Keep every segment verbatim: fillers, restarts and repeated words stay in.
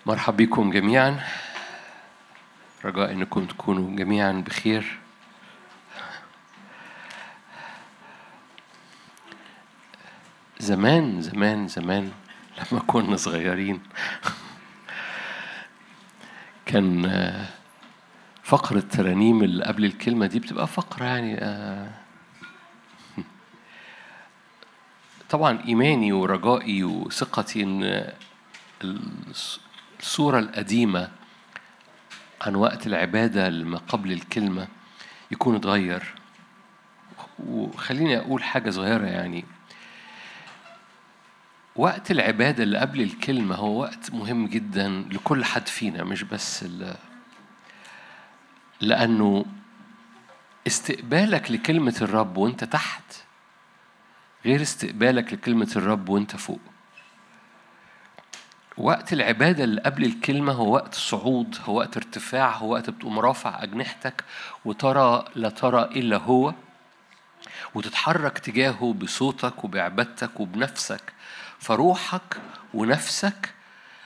مرحب بكم جميعا. رجاء انكم تكونوا جميعا بخير. زمان زمان زمان لما كنا صغيرين كان فقرة الترانيم اللي قبل الكلمة دي بتبقى فقرة يعني طبعا إيماني ورجائي وثقتي إن الصورة القديمة عن وقت العبادة اللي قبل الكلمة يكون اتغير. وخليني أقول حاجة صغيرة، يعني وقت العبادة اللي قبل الكلمة هو وقت مهم جدا لكل حد فينا، مش بس ال... لأنه استقبالك لكلمة الرب وانت تحت غير استقبالك لكلمة الرب وانت فوق. وقت العبادة اللي قبل الكلمة هو وقت صعود، هو وقت ارتفاع، هو وقت بتقوم رافع أجنحتك وترى لا ترى إلا هو، وتتحرك تجاهه بصوتك وبعبادتك وبنفسك. فروحك ونفسك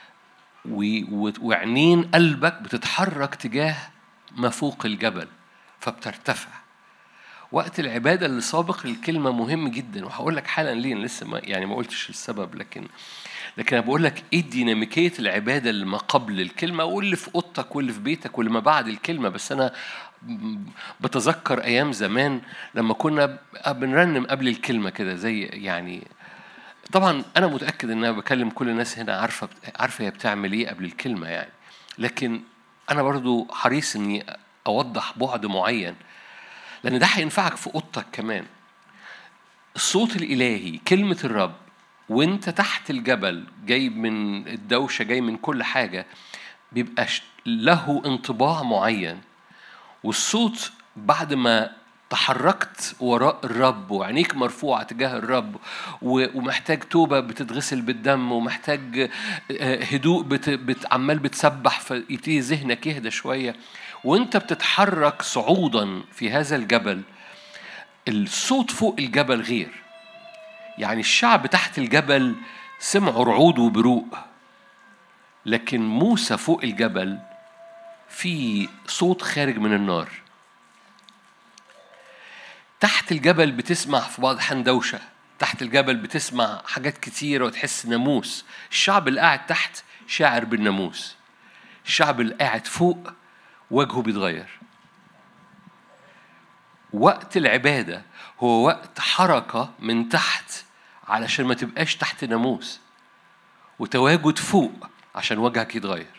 وعينين قلبك بتتحرك تجاه ما فوق الجبل فبترتفع. وقت العبادة اللي سابق للكلمة مهم جدا، وهقول لك حالا ليه. لسه ما يعني ما قلتش السبب، لكن لكن أنا بقول لك إيه ديناميكية العبادة اللي ما قبل الكلمة واللي في أوضتك واللي في بيتك واللي ما بعد الكلمة. بس أنا بتذكر أيام زمان لما كنا بنرنم قبل الكلمة كده، زي يعني طبعا أنا متأكد إن أنا بكلم كل الناس هنا عارفة عارفة هي بتعمل إيه قبل الكلمة يعني، لكن أنا برضو حريص إني أوضح بعد معين لأن ده هينفعك في أوضتك كمان. الصوت الإلهي، كلمة الرب وانت تحت الجبل، جاي من الدوشة، جاي من كل حاجة، بيبقى له انطباع معين. والصوت بعد ما تحركت وراء الرب وعينيك مرفوعة تجاه الرب ومحتاج توبة بتتغسل بالدم، ومحتاج هدوء بتعمل بتسبح فيبتدي ذهنك يهدى شوية، وانت بتتحرك صعودا في هذا الجبل. الصوت فوق الجبل غير، يعني الشعب تحت الجبل سمعوا رعود وبروق، لكن موسى فوق الجبل في صوت خارج من النار. تحت الجبل بتسمع في بعض حندوشة، تحت الجبل بتسمع حاجات كتيرة وتحس ناموس. الشعب اللي قاعد تحت شاعر بالناموس، الشعب اللي قاعد فوق وجهه بيتغير. وقت العبادة هو وقت حركة من تحت علشان ما تبقاش تحت ناموس، وتواجد فوق عشان وجهك يتغير.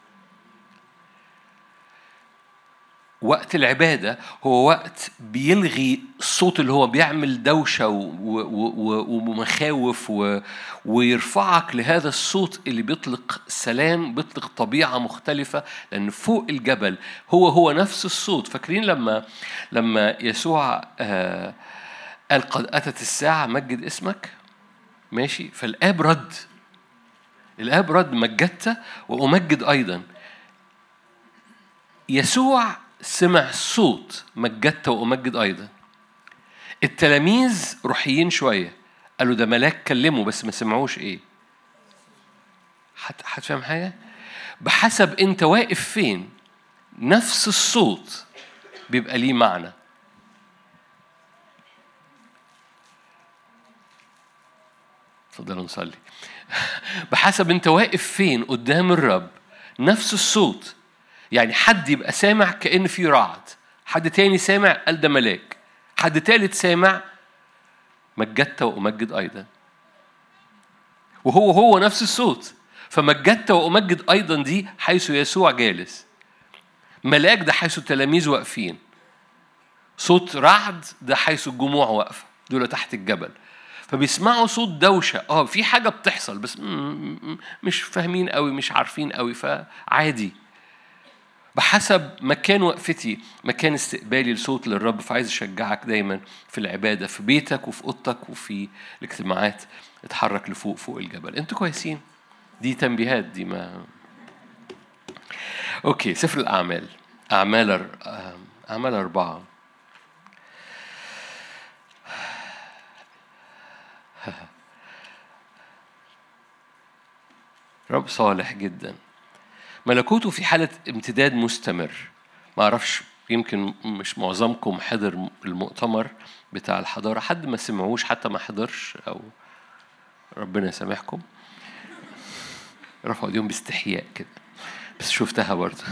وقت العبادة هو وقت بيلغي الصوت اللي هو بيعمل دوشة ومخاوف، ويرفعك لهذا الصوت اللي بيطلق سلام، بيطلق طبيعة مختلفة، لأن فوق الجبل هو هو نفس الصوت. فاكرين لما لما يسوع آه قال قد أتت الساعة مجد اسمك، ماشي؟ فالآب رد، الآب رد مجدت وأمجد أيضا. يسوع سمع الصوت مجدت وأمجد أيضا. التلاميذ روحيين شوية قالوا ده ملاك كلمه بس ما سمعوش إيه. هتفهم حاجة؟ بحسب أنت واقف فين نفس الصوت بيبقى ليه معنى. تفضلوا نصلي. بحسب أنت واقف فين قدام الرب نفس الصوت، يعني حد يبقى سامع كأن في رعد، حد تاني سامع قال ده ملاك، حد تالت سامع مجدت وأمجد أيضا، وهو هو نفس الصوت. فمجدت وأمجد أيضا دي حيث يسوع جالس، ملاك ده حيث التلاميذ واقفين، صوت رعد ده حيث الجموع واقفة، دول تحت الجبل فبيسمعوا صوت دوشة. اه في حاجة بتحصل بس مش فاهمين قوي، مش عارفين قوي، فعادي. بحسب مكان وقفتي، مكان استقبالي لصوت للرب. فعايز أشجعك دايما في العبادة في بيتك وفي أوضتك وفي الاجتماعات اتحرك لفوق فوق الجبل. انتوا كويسين؟ دي تنبيهات، دي ما أوكي. سفر الأعمال، أعمال أعمال أربعة. رب صالح جدا. ملكوته في حالة امتداد مستمر. ما أعرفش، يمكن مش معظمكم حضر المؤتمر بتاع الحضارة، حد ما سمعوش حتى ما حضرش، أو ربنا يسامحكم، رفعوا ايديهم باستحياء كده، بس شفتها برضه.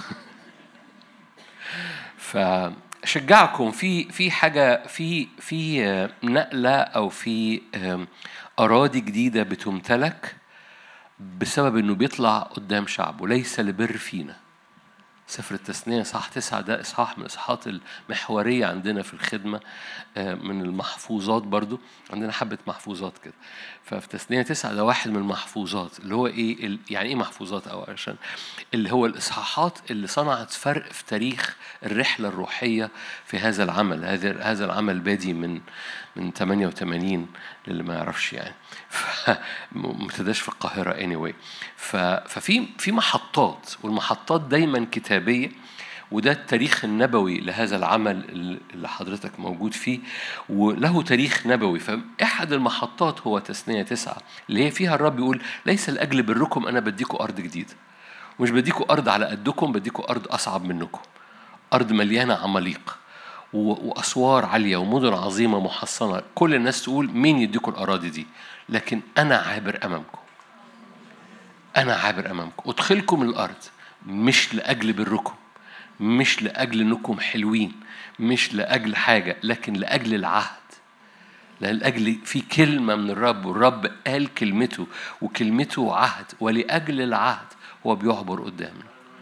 فشجعكم في في حاجة، في في نقلة أو في أراضي جديدة بتمتلك بسبب إنه بيطلع قدام شعبه. ليس لبر فينا. سفر التثنية صح تسعة ده إصحاح من الإصحاحات المحورية عندنا في الخدمة، من المحفوظات برضو عندنا حبة محفوظات كده. ففي تثنية تسعة ده واحد من المحفوظات، اللي هو إيه يعني إيه محفوظات، أو عشان اللي هو الإصحاحات اللي صنعت فرق في تاريخ الرحلة الروحية في هذا العمل. هذا هذا العمل بادي من من ثمانية وثمانين للي ما يعرفش يعني، مبتداش في القاهرة anyway. ففي في محطات، والمحطات دايما كتابية، وده التاريخ النبوي لهذا العمل اللي حضرتك موجود فيه، وله تاريخ نبوي. فأحد المحطات هو تثنية تسعة، اللي هي فيها الرب يقول ليس لأجل بركم أنا بديكوا أرض جديدة، مش بديكوا أرض على قدكم، بديكوا أرض أصعب منكم، أرض مليانة عماليق وأسوار عالية ومدن عظيمة محصنة. كل الناس تقول مين يديكوا الأراضي دي، لكن أنا عابر أمامكم، أنا عابر أمامكم أدخلكم الأرض، مش لأجل بركم، مش لأجل أنكم حلوين، مش لأجل حاجة، لكن لأجل العهد، لأجل في كلمة من الرب، والرب قال كلمته، وكلمته عهد، ولأجل العهد هو بيعبر قدامنا.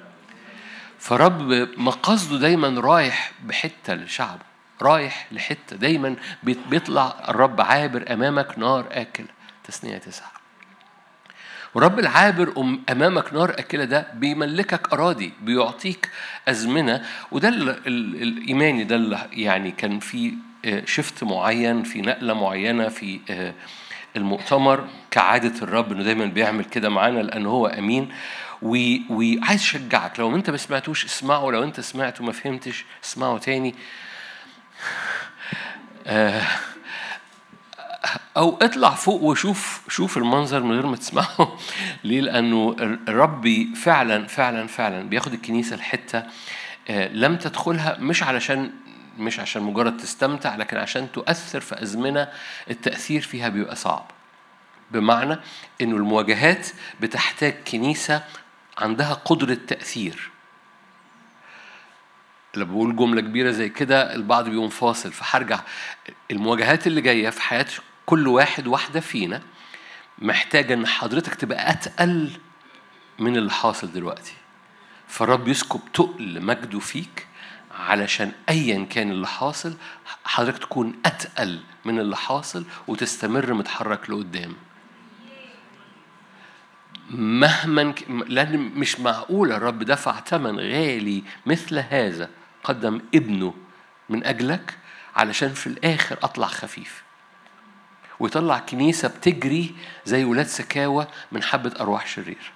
فرب مقصده دايما رايح بحتة لشعبه، رايح لحتة دايما بيطلع الرب عابر أمامك نار آكلة. تثنية تسعة. ورب العابر أمامك نار أكلة ده بيملكك أراضي، بيعطيك أزمنة. وده الإيماني، ده اللي يعني كان في شفت معين، في نقلة معينة في المؤتمر كعادة الرب، إنه دايما بيعمل كده معانا لأنه هو أمين. وعايز أشجعك، لو أنت ما سمعتوش اسمعه، لو أنت سمعته ما فهمتش اسمعه تاني، أو اطلع فوق وشوف شوف المنظر من غير ما تسمعه. ليه؟ لأنه الرب فعلا فعلا فعلا بياخد الكنيسة الحتة لم تدخلها، مش علشان مش عشان مجرد تستمتع، لكن عشان تؤثر في أزمنة التأثير فيها بيبقى صعب. بمعنى إنه المواجهات بتحتاج كنيسة عندها قدرة تأثير. لما بقول جملة كبيرة زي كده البعض بيقوم فاصل، فهرجع. المواجهات اللي جاية في حياة كل واحد واحدة فينا محتاجة إن حضرتك تبقى أتقل من اللي حاصل دلوقتي. فالرب يسكب تقل مجده فيك علشان أيا كان اللي حاصل حضرتك تكون أتقل من اللي حاصل وتستمر متحرك لقدام. مهما ك... لأن مش معقول الرب دفع ثمن غالي مثل هذا، قدم ابنه من أجلك علشان في الآخر أطلع خفيف ويطلع كنيسة بتجري زي ولاد سكاوى من حبة أرواح شرير.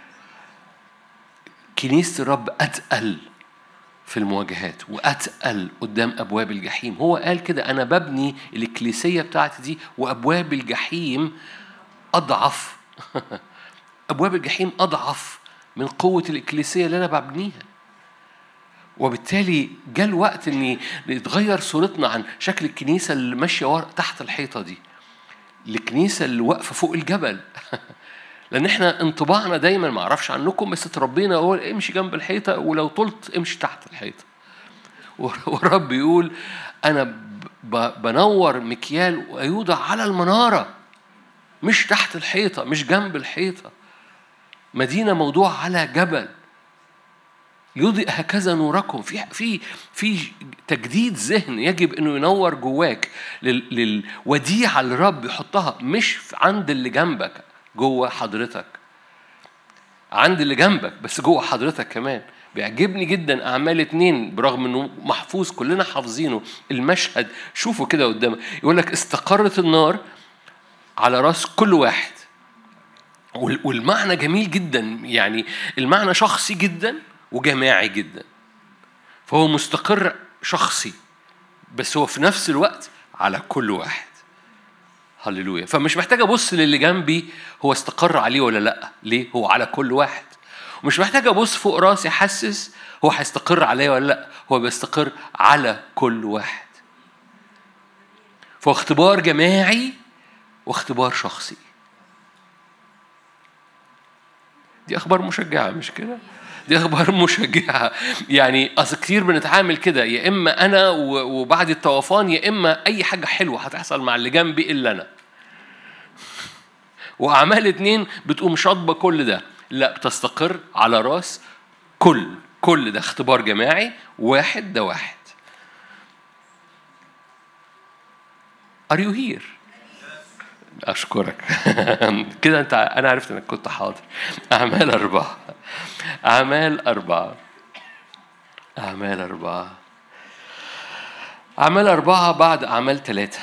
كنيسة الرب أتقل في المواجهات وأتقل قدام أبواب الجحيم. هو قال كده أنا ببني الإكليسية بتاعتي دي وأبواب الجحيم أضعف. أبواب الجحيم أضعف من قوة الإكليسية اللي أنا ببنيها. وبالتالي جاء الوقت إن نتغير صورتنا عن شكل الكنيسة اللي ماشية تحت الحيطة دي الكنيسة اللي واقفة فوق الجبل. لأن إحنا انطباعنا دايما، ما أعرفش عنكم، بس تربينا هو امشي جنب الحيطة ولو طلت امشي تحت الحيطة. والرب يقول أنا بنور مكيال ويوضع على المنارة، مش تحت الحيطة، مش جنب الحيطة. مدينة موضوع على جبل يضيء هكذا نوركم. في في في تجديد ذهن يجب انه ينور جواك للوديعة اللي الرب يحطها، مش عند اللي جنبك، جوه حضرتك، عند اللي جنبك بس جوه حضرتك كمان. بيعجبني جدا أعمال اتنين برغم انه محفوظ كلنا حافظينه المشهد. شوفوا كده قدامك يقول لك استقرت النار على راس كل واحد، والمعنى جميل جدا، يعني المعنى شخصي جدا وجماعي جدا. فهو مستقر شخصي بس هو في نفس الوقت على كل واحد. هللويا. فمش محتاج أبص للي جنبي هو استقر عليه ولا لأ، ليه؟ هو على كل واحد. مش محتاج ابص فوق راسي احسس هو هيستقر عليا ولا لا، هو بيستقر على كل واحد. فاختبار جماعي واختبار شخصي. دي اخبار مشجعه مش كده؟ دي اخبار مشجعه. يعني اصل كتير بنتعامل كده، يا اما انا وبعد الطوفان، يا اما اي حاجه حلوه هتحصل مع اللي جنبي الا انا. واعمال اتنين بتقوم شاطبه كل ده. لا، بتستقر على راس كل كل ده اختبار جماعي واحد، ده واحد. Are you here؟ أشكرك. كده أنت، أنا عرفت إنك كنت حاضر. أعمال أربعة، أعمال أربعة، أعمال أربعة، أعمال أربعة بعد أعمال ثلاثة.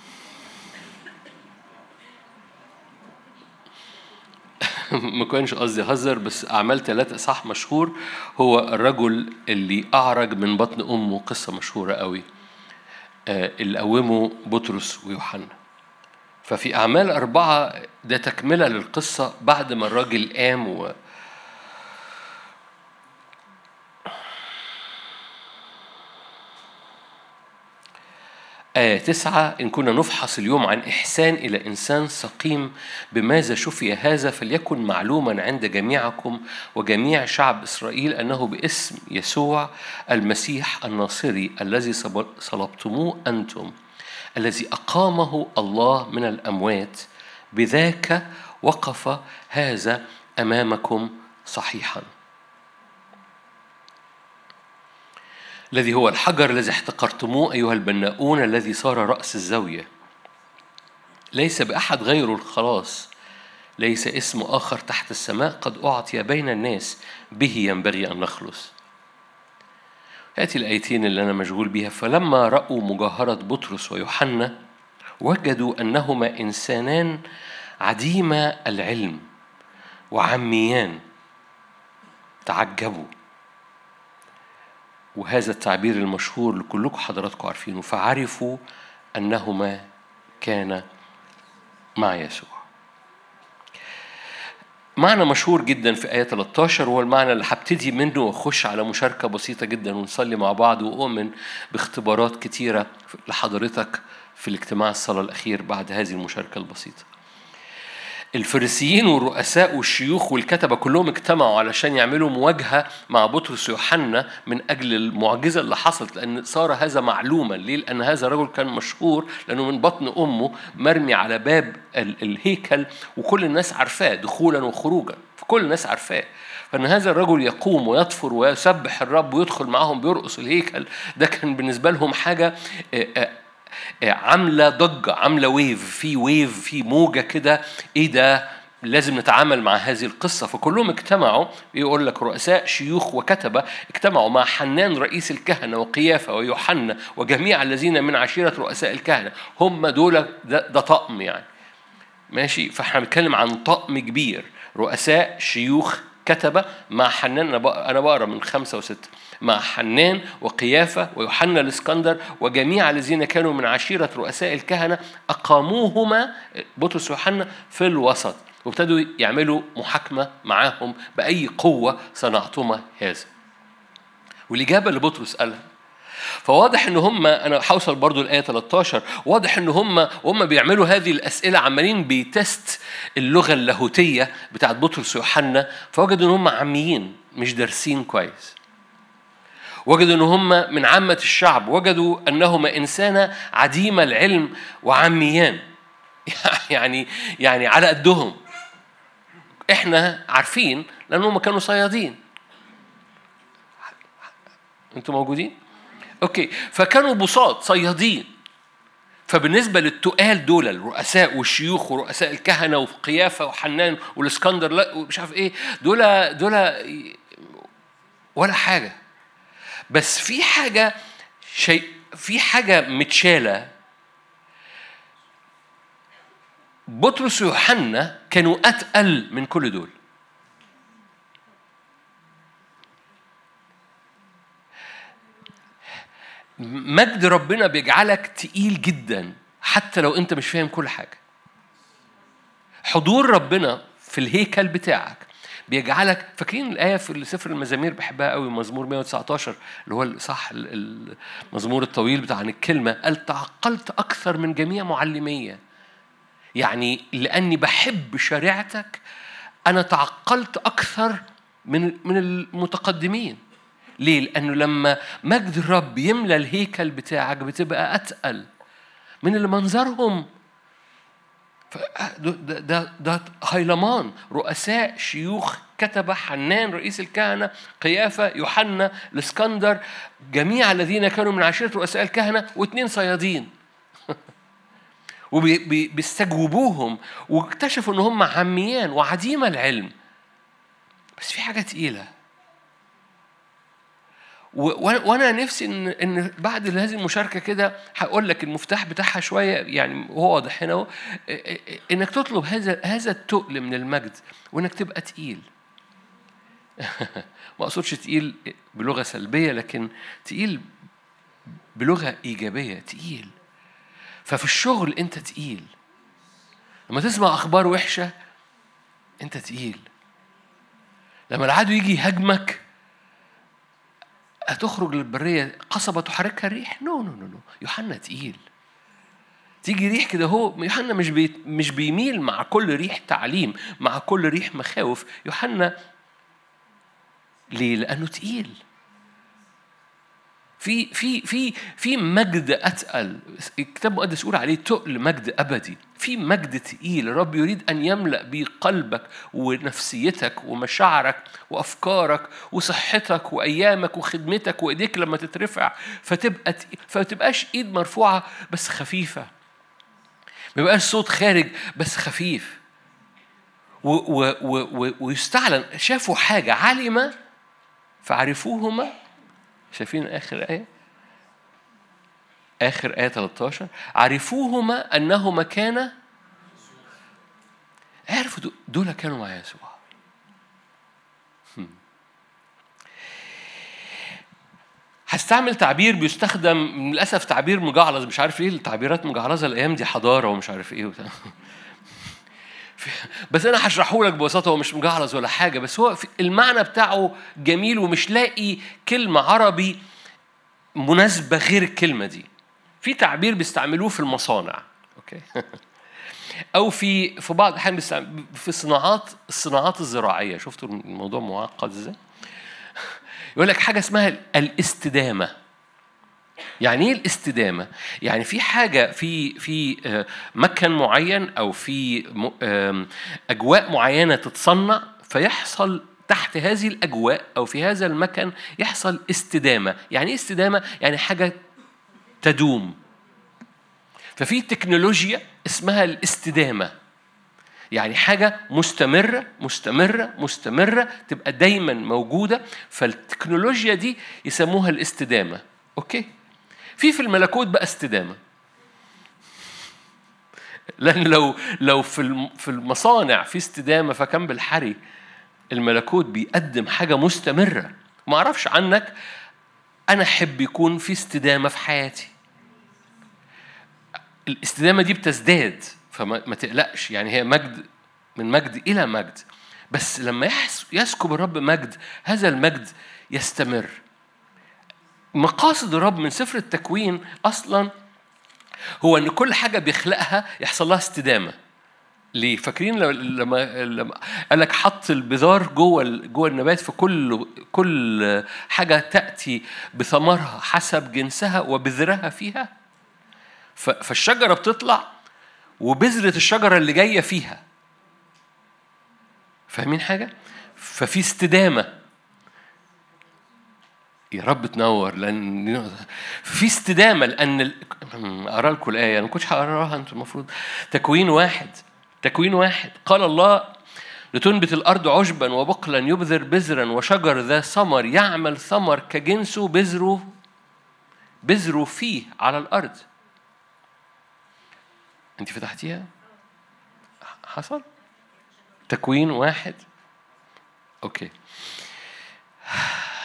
ما كانش قصدي أهزر، بس أعمال ثلاثة صح مشهور، هو الرجل اللي أعرج من بطن أمه، قصة مشهورة قوي، اللي قومه بطرس ويوحنا. ففي أعمال أربعة ده تكملة للقصة بعد ما الراجل قام. و آية تسعة: إن كنا نفحص اليوم عن إحسان إلى إنسان سقيم بماذا شفي هذا، فليكن معلوما عند جميعكم وجميع شعب إسرائيل أنه باسم يسوع المسيح الناصري الذي صلبتموه أنتم، الذي أقامه الله من الأموات، بذاك وقف هذا أمامكم صحيحا، الذي هو الحجر الذي احتقرتموه أيها البناؤون، الذي صار رأس الزاوية. ليس بأحد غير الخلاص، ليس اسم آخر تحت السماء قد أعطي بين الناس به ينبغي أن نخلص. هاتي الآيتين اللي أنا مشغول بيها. فلما رأوا مجاهرة بطرس ويوحنا وجدوا أنهما إنسانان عديما العلم وعميان تعجبوا. وهذا التعبير المشهور اللي كلكم حضراتكم عارفينه، فعرفوا أنهما كان مع يسوع. معنى مشهور جدا في آية ثلاثة عشر هو المعنى اللي هبتدي منه واخش على مشاركة بسيطة جدا ونصلي مع بعض، وأؤمن باختبارات كتيرة لحضرتك في الاجتماع الصلاة الأخير بعد هذه المشاركة البسيطة. الفريسيين والرؤساء والشيوخ والكتبة كلهم اجتمعوا علشان يعملوا مواجهة مع بطرس ويوحنا من أجل المعجزة اللي حصلت، لأن صار هذا معلوما. ليه؟ لأن هذا الرجل كان مشهور، لأنه من بطن أمه مرمي على باب الهيكل وكل الناس عارفاه دخولا وخروجا، فكل الناس عارفاه. فإن هذا الرجل يقوم ويطفر ويسبح الرب ويدخل معهم بيرقص الهيكل، ده كان بالنسبة لهم حاجة عاملة ضجة، عاملة ويف، في ويف، في موجة كده. إيه ده؟ لازم نتعامل مع هذه القصة. فكلهم اجتمعوا، يقول لك رؤساء شيوخ وكتبة اجتمعوا مع حنان رئيس الكهنة وقيافة ويوحنا وجميع الذين من عشيرة رؤساء الكهنة. هم دول ده, ده طقم يعني ماشي. فاحنا بنتكلم عن طقم كبير، رؤساء شيوخ كتبة مع حنان. أنا بقرأ من خمسة وستة، مع حنان وقيافة ويوحنا الإسكندر وجميع الذين كانوا من عشيرة رؤساء الكهنة، أقاموهما بطرس ويوحنا في الوسط، وابتدوا يعملوا محاكمة معاهم. بأي قوة صنعتما هذا؟ والإجابة اللي بطرس قالها. فواضح ان هم، انا هوصل برضو الايه ثلاثة عشر، واضح ان هم هم بيعملوا هذه الاسئله عمالين بيتست اللغه اللاهوتيه بتاعت بطرس ويوحنا، فوجدوا ان هم عميين مش دارسين كويس. وجدوا ان هم من عامه الشعب، وجدوا انهما انسانا عديم العلم وعميان. يعني يعني على قدهم. احنا عارفين لانهم كانوا صيادين. انتوا موجودين؟ اوكي. فكانوا بساط صيادين. فبالنسبه للتقال دول الرؤساء والشيوخ ورؤساء الكهنه وقيافه وحنان والاسكندر لا مش عارف ايه، دول دول ولا حاجه. بس في حاجه شيء، في حاجه متشاله. بطرس ويوحنا كانوا اتقل من كل دول. مجد ربنا بيجعلك تقيل جدا حتى لو انت مش فاهم كل حاجة. حضور ربنا في الهيكل بتاعك بيجعلك. فاكرين الآية في سفر المزامير بحبها قوي، مزمور مئة وتسعة عشر اللي هو صح المزمور الطويل بتاع عن الكلمة، قال تعقلت أكثر من جميع معلمية. يعني لأني بحب شريعتك أنا تعقلت أكثر من من المتقدمين. ليه؟ لأنه لما مجد الرب يملى الهيكل بتاعك بتبقى أتقل من اللي منظرهم ده, ده, ده هيلمان، رؤساء، شيوخ، كتبة، حنان رئيس الكهنة، قيافة، يوحنا، الاسكندر، جميع الذين كانوا من عشيرة رؤساء الكهنة، واثنين صيادين وبيستجوبوهم واكتشفوا ان هم عميان وعديم العلم. بس في حاجة تقيلة، وانا نفسي ان ان بعد هذه المشاركه كده هقول لك المفتاح بتاعها شويه، يعني هو واضح هنا، انك تطلب هذا هذا التقل من المجد، وانك تبقى تقيل. ما اقصدش تقيل بلغه سلبيه، لكن تقيل بلغه ايجابيه، تقيل. ففي الشغل انت تقيل، لما تسمع اخبار وحشه انت تقيل، لما العدو يجي يهاجمك هتخرج للبرية قصبة تحركها الريح. نو نو نو نو يوحنا تقيل. تيجي ريح كده، هو يوحنا مش بي مش بيميل مع كل ريح تعليم، مع كل ريح مخاوف. يوحنا ليه؟ لأنه تقيل. في في في في مجد أتقل، الكتاب المقدس يقول عليه تقل مجد أبدي. في مجد تقيل الرب يريد أن يملأ به قلبك ونفسيتك ومشاعرك وأفكارك وصحتك وأيامك وخدمتك وإيديك لما تترفع، فتبقى فتبقاش إيد مرفوعة بس خفيفة، ما يبقاش صوت خارج بس خفيف، و و و ويستعلن. شافوا حاجة علم فعرفوهما. شايفين آخر آية؟ آخر آية ثلاثة عشر، عرفوهما أنهما كانا، عرفوا دول كانوا مع يسوع. هستعمل تعبير بيستخدم للأسف، تعبير مجعلظ، مش عارف إيه التعبيرات مجعلظة الأيام دي، حضارة ومش عارف إيه وبتاع. بس أنا هشرحه لك ببساطة، هو مش مجعلظ ولا حاجة، بس هو المعنى بتاعه جميل، ومش لاقي كلمة عربي مناسبة غير الكلمة دي. في تعبير بيستعملوه في المصانع، أوكي، أو في في بعض الأحيان في الصناعات الصناعات الزراعية. شفتوا الموضوع معقد إزاي؟ يقول لك حاجة اسمها الاستدامة. يعني إيه الاستدامة؟ يعني في حاجة في في مكان معين أو في أجواء معينة تتصنع، فيحصل تحت هذه الأجواء أو في هذا المكان يحصل استدامة. يعني إيه استدامة؟ يعني حاجة تدوم. ففي تكنولوجيا اسمها الاستدامة، يعني حاجة مستمرة مستمرة مستمرة تبقى دايما موجودة، فالتكنولوجيا دي يسموها الاستدامة. أوكي؟ في في الملكوت بقى استدامة، لأن لو لو في في المصانع في استدامة فكان بالحري. الملكوت بيقدم حاجة مستمرة. ما أعرفش عنك، أنا أحب يكون في استدامة في حياتي. الاستدامة دي بتزداد، فما تقلقش، يعني هي مجد من مجد إلى مجد. بس لما يسكب الرب مجد، هذا المجد يستمر. مقاصد الرب من سفر التكوين أصلاً هو أن كل حاجة بيخلقها يحصل لها استدامة. ليه؟ فاكرين لما لما قال لك حط البذار جوه جوه النبات، في كل كل حاجة تأتي بثمرها حسب جنسها وبذرها فيها. فالشجرة بتطلع وبذرة الشجرة اللي جاية فيها. فاهمين حاجة؟ ففي استدامة. يا رب تنور، لأن في استدامة. لأن أقرأ لكم الآية، أنا ما كنتش هقراها، أنتم المفروض. تكوين واحد تكوين واحد قال الله لتنبت الأرض عشبا وبقلا يبذر بذرا وشجر ذا ثمر يعمل ثمر كجنسه بذره بذره فيه على الأرض. أنت فتحتيها؟ حصل؟ تكوين واحد أوكي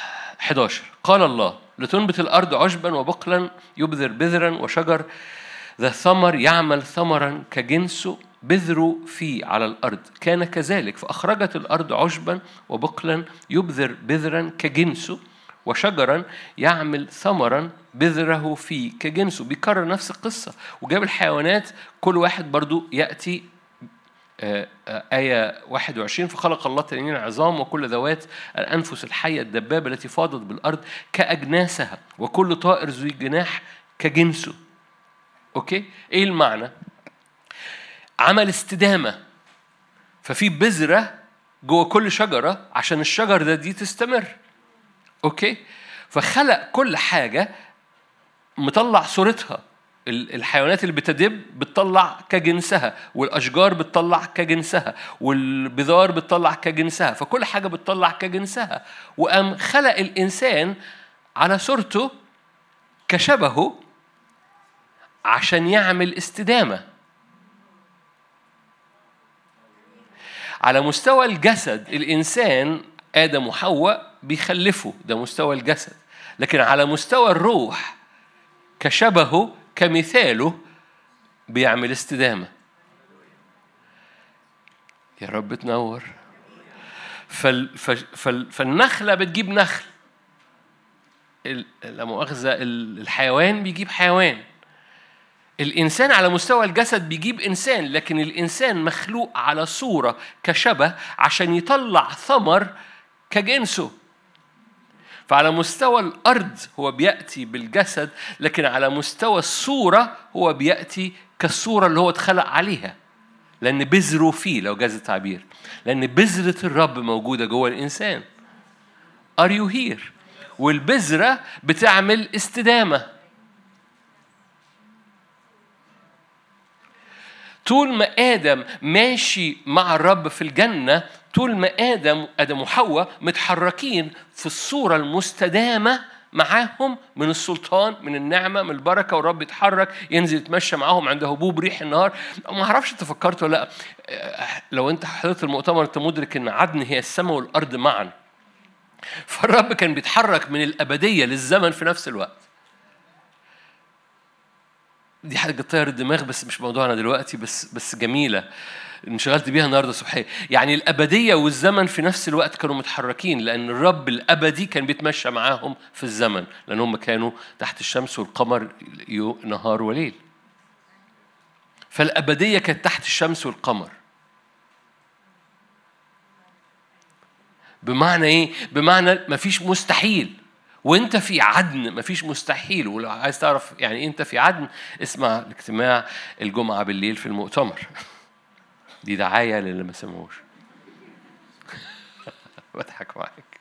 إحدى عشر قال الله لتنبت الأرض عشبا وبقلا يبذر بذرا وشجر ذا ثمر يعمل ثمرا كجنسه، بذره فيه على الأرض، كان كذلك فأخرجت الأرض عشبا وبقلا يبذر بذرا كجنسه، وشجرا يعمل ثمرا بذره فيه كجنسه. بيكرر نفس القصة، وجاب الحيوانات كل واحد برضو يأتي. آية واحد وعشرين فخلق الله تنين عظام وكل ذوات الأنفس الحية الدبابة التي فاضت بالأرض كأجناسها، وكل طائر ذو جناح كجنسه. أوكي، إيه المعنى؟ عمل استدامة، ففي بذرة جوه كل شجرة عشان الشجر ده دي تستمر. أوكي، فخلق كل حاجة مطلع صورتها. الحيوانات اللي بتدب بتطلع كجنسها، والأشجار بتطلع كجنسها، والبذار بتطلع كجنسها، فكل حاجة بتطلع كجنسها. وقام خلق الإنسان على صورته كشبهه عشان يعمل استدامة. على مستوى الجسد الإنسان آدم وحواء بيخلفوا، ده مستوى الجسد. لكن على مستوى الروح كشبهه كمثاله بيعمل استدامة. يا رب تنور. فال فال فالنخلة بتجيب نخل، لا مؤاخذة الحيوان بيجيب حيوان، الإنسان على مستوى الجسد بيجيب إنسان، لكن الإنسان مخلوق على صورة كشبه عشان يطلع ثمر كجنسه. فعلى مستوى الأرض هو بيأتي بالجسد، لكن على مستوى الصورة هو بيأتي كالصورة اللي هو اتخلق عليها، لأن بذره فيه، لو جاز التعبير، لأن بذرة الرب موجودة جوه الإنسان. Are you here؟ والبذرة بتعمل استدامة. طول ما آدم ماشي مع الرب في الجنة، طول ما آدم آدم وحواء متحركين في الصورة المستدامة معاهم من السلطان، من النعمة، من البركة، والرب يتحرك ينزل يتمشى معاهم عند هبوب ريح النهار. ما أعرفش أنت فكرت ولا لا، لو أنت حضرت المؤتمر أنت مدرك إن عدن هي السماء والأرض معا. فالرب كان بيتحرك من الأبدية للزمن في نفس الوقت. دي حاجة تطير الدماغ بس مش موضوعنا دلوقتي، بس بس جميلة انشغلت بيها النهارده صبحية. يعني الأبدية والزمن في نفس الوقت كانوا متحركين، لأن الرب الأبدي كان بيتمشى معاهم في الزمن، لأن هم كانوا تحت الشمس والقمر نهار وليل. فالأبدية كانت تحت الشمس والقمر. بمعنى إيه؟ بمعنى مفيش مستحيل، وانت في عدن مفيش مستحيل. ولو عايز تعرف يعني انت في عدن، اسمع الاجتماع الجمعة بالليل في المؤتمر. دي دعاية للي ما سمعوش. بضحك معاك.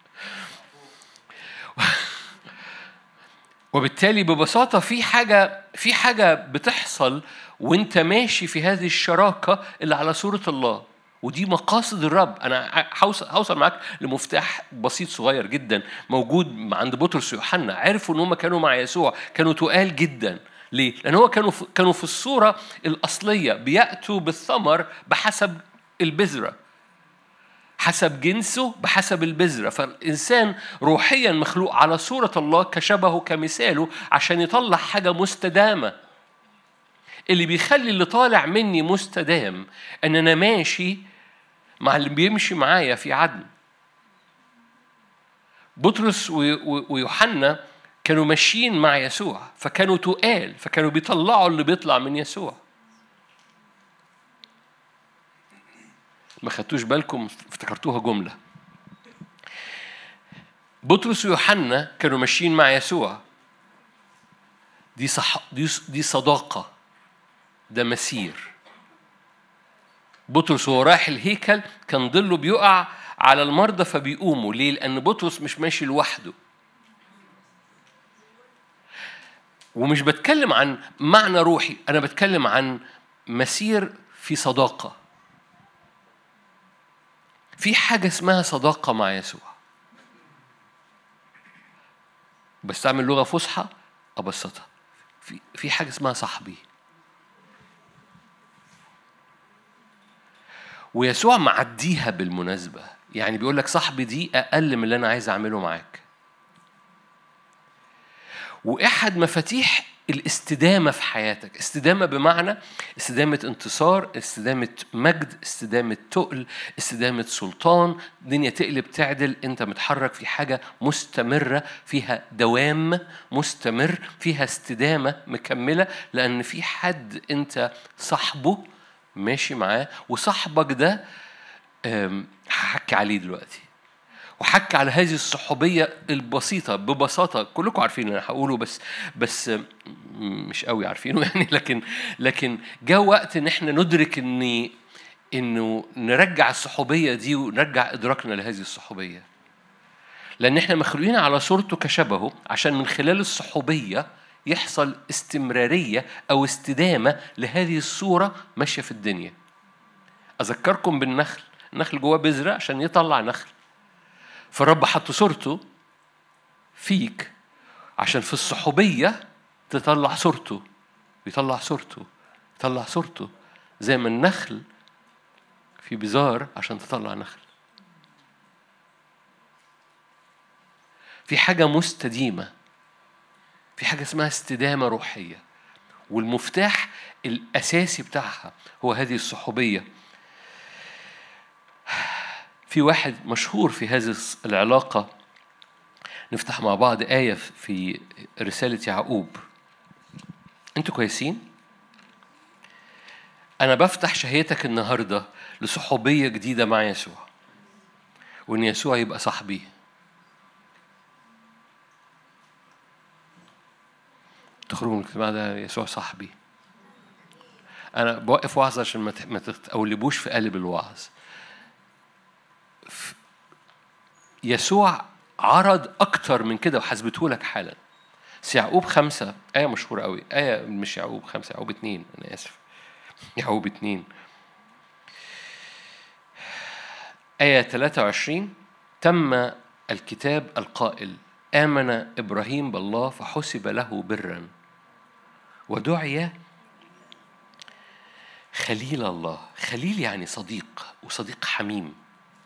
وبالتالي ببساطة في حاجة في حاجة بتحصل وانت ماشي في هذه الشراكة اللي على صورة الله، ودي مقاصد الرب. أنا هوصل معاك لمفتاح بسيط صغير جدا موجود عند بطرس ويوحنا. عرفوا إن هم كانوا مع يسوع، كانوا تقال جدا. ليه؟ لأن هو كانوا كانوا في الصورة الأصلية، بيأتوا بالثمر بحسب البذرة، حسب جنسه بحسب البذرة. فالإنسان روحيا مخلوق على صورة الله كشبهه كمثاله عشان يطلع حاجة مستدامة. اللي بيخلي اللي طالع مني مستدام أن أنا ماشي مع اللي بيمشي معايا في عدن. بطرس ويوحنا كانوا ماشيين مع يسوع، فكانوا تقال، فكانوا بيطلعوا اللي بيطلع من يسوع. ما خدتوش بالكم، افتكرتوها جملة. بطرس ويوحنا كانوا ماشيين مع يسوع، دي صح، دي دي صداقة، ده مسير. بطرس وهو رايح الهيكل كان ظله بيقع على المرضى فبيقوموا. ليه؟ لأن بطرس مش ماشي لوحده. ومش بتكلم عن معنى روحي، أنا بتكلم عن مسير في صداقة. في حاجة اسمها صداقة مع يسوع. بستعمل لغة فصحى أبسطها، في في حاجة اسمها صاحبي. ويسوع معديها بالمناسبة، يعني بيقول لك صاحبي دي أقل من اللي أنا عايز أعمله معاك. وأحد مفاتيح الاستدامة في حياتك. استدامة بمعنى استدامة انتصار، استدامة مجد، استدامة تقل، استدامة سلطان. الدنيا تقلب تعدل، انت متحرك في حاجة مستمرة، فيها دوام مستمر، فيها استدامة مكملة، لأن في حد انت صاحبه ماشي معاه، وصاحبك ده هحكي عليه دلوقتي، وحكي على هذه الصحوبية البسيطة. ببساطة كلكم عارفين اللي أنا هقوله، بس بس مش قوي عارفينه يعني، لكن لكن جاء وقت إن إحنا ندرك إن إنه نرجع الصحوبية دي ونرجع إدراكنا لهذه الصحوبية، لأن إحنا مخلوقين على صورته كشبهه، عشان من خلال الصحوبية يحصل استمرارية أو استدامة لهذه الصورة ماشية في الدنيا. أذكركم بالنخل، النخل جواه بذرة عشان يطلع نخل، فالرب حط صورته فيك عشان في الصحوبية تطلع صورته، يطلع صورته، يطلع صورته، زي ما النخل في بذار عشان تطلع نخل. في حاجة مستديمة، في حاجة اسمها استدامة روحية، والمفتاح الأساسي بتاعها هو هذه الصحوبية. في واحد مشهور في هذه العلاقة، نفتح مع بعض آية في رسالة يعقوب. أنتوا كويسين؟ أنا بفتح شهيتك النهاردة لصحوبية جديدة مع يسوع، وإن يسوع يبقى صاحبي. تخرجوا من الاجتماع ده يسوع صاحبي. أنا بوقف وعظ عشان ما تتقولبوش في قالب الوعظ. يسوع عرض أكتر من كده وحسبته لك حالا. يعقوب خمسة، آية مشهورة قوي، آية مش يعقوب خمسة، يعقوب اتنين، أنا آسف، يعقوب اتنين آية ثلاثة وعشرين: تم الكتاب القائل آمن إبراهيم بالله فحسب له برا ودعي خليل الله. خليل يعني صديق، وصديق حميم.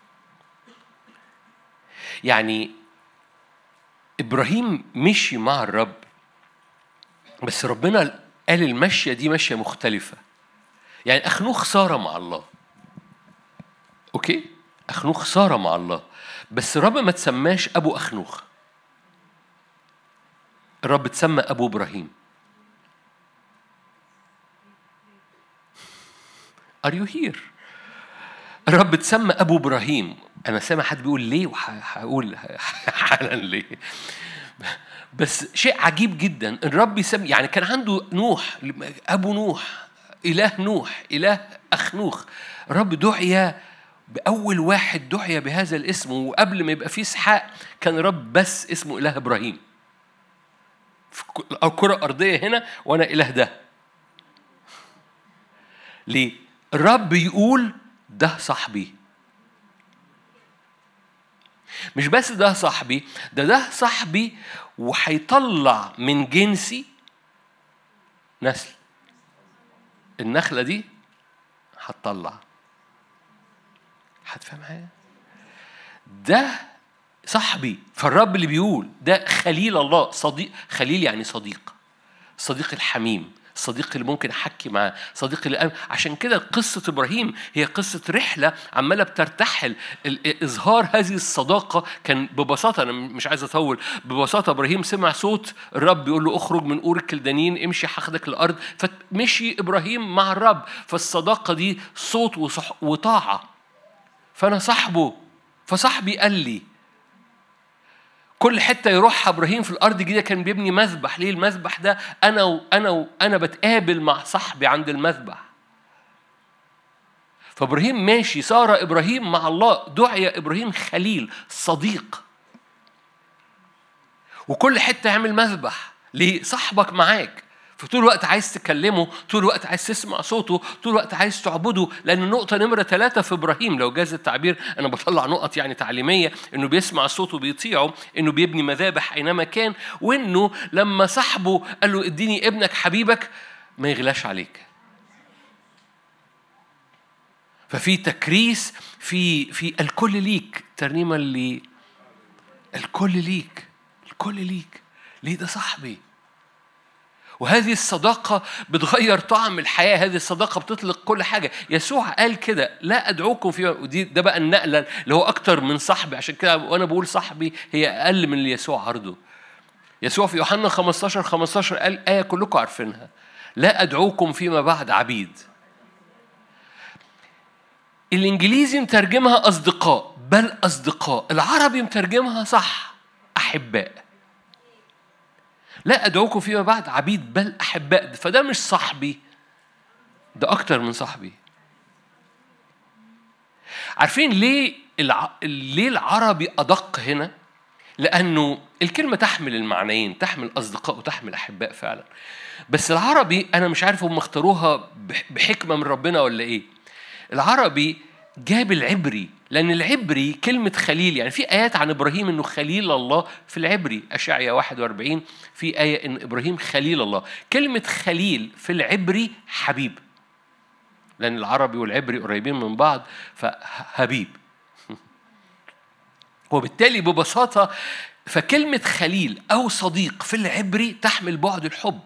يعني إبراهيم مشي مع الرب، بس ربنا قال المشية دي مشية مختلفة. يعني أخنوخ صار مع الله، أوكي؟ أخنوخ صار مع الله، بس الرب ما تسماش أبو أخنوخ، الرب تسمى أبو إبراهيم. Are you here؟ الرب تسمى أبو إبراهيم. أنا سامع حد بيقول ليه، وهقول حالا ليه. بس شيء عجيب جدا، الرب يسمي، يعني كان عنده نوح، أبو نوح، إله نوح، إله أخنوخ. الرب دعي بأول واحد دعي بهذا الاسم، وقبل ما يبقى فيه إسحاق كان الرب بس اسمه إله إبراهيم. في الكرة الأرضية هنا وأنا إله ده. ليه؟ الرب يقول ده صاحبي. مش بس ده صاحبي، ده ده صاحبي وحيطلع من جنسي نسل. النخلة دي هتطلع، هتفهم حاجة؟ ده صاحبي. فالرب اللي بيقول ده خليل الله، صديق. خليل يعني صديق، صديق الحميم، صديق اللي ممكن أحكي معاه، صديق اللي أنا. عشان كده قصة إبراهيم هي قصة رحلة عمالة بترتحل. إظهار هذه الصداقة كان ببساطة، أنا مش عايز أطول، ببساطة إبراهيم سمع صوت الرب يقول له اخرج من أور الكلدانيين، امشي هاخدك الأرض. فمشي إبراهيم مع الرب. فالصداقة دي صوت وصح وطاعة. فأنا صاحبه، فصاحبي قال لي كل حتة يروحها إبراهيم في الأرض الجديدة كان بيبني مذبح. ليه المذبح ده؟ أنا وأنا وأنا بتقابل مع صاحبي عند المذبح. فإبراهيم ماشي، صار إبراهيم مع الله، دعي إبراهيم خليل، صديق. وكل حتة يعمل مذبح. ليه؟ صاحبك معاك، فطول الوقت عايز تكلمه، طول الوقت عايز تسمع صوته، طول الوقت عايز تعبده. لأن النقطة نمرة ثلاثة في إبراهيم، لو جاز التعبير، أنا بطلع نقط يعني تعليمية، إنه بيسمع صوته بيطيعه، إنه بيبني مذابح أينما كان، وإنه لما صاحبه قال له اديني ابنك حبيبك ما يغلاش عليك. ففي تكريس، في في الكل ليك، ترنيمة اللي الكل ليك، الكل ليك. ليه؟ ده صاحبي. وهذه الصداقة بتغير طعم الحياة. هذه الصداقة بتطلق كل حاجة. يسوع قال كده لا أدعوكم في، ودي ده بقى النقلة اللي هو أكتر من صاحبي. عشان كده وأنا بقول صاحبي هي أقل من اللي يسوع عرضه. يسوع في يوحنا خمستاشر خمستاشر قال آية كلكم عارفينها: لا أدعوكم فيما بعد عبيد. الإنجليزي مترجمها أصدقاء، بل أصدقاء. العربي مترجمها صح، أحباء. لا أدعوكم فيما بعد عبيد بل أحباء. فده مش صاحبي، ده أكتر من صاحبي. عارفين ليه الع... ليه العربي أدق هنا؟ لأنه الكلمة تحمل المعنيين، تحمل أصدقاء وتحمل أحباء فعلا. بس العربي أنا مش عارف هم اختاروها بحكمة من ربنا ولا إيه. العربي جاب العبري، لأن العبري كلمة خليل، يعني في آيات عن إبراهيم إنه خليل الله في العبري. أشعياء واحد وأربعين في آية إن إبراهيم خليل الله. كلمة خليل في العبري حبيب، لأن العربي والعبري قريبين من بعض، فحبيب. وبالتالي ببساطة فكلمة خليل أو صديق في العبري تحمل بعد الحب.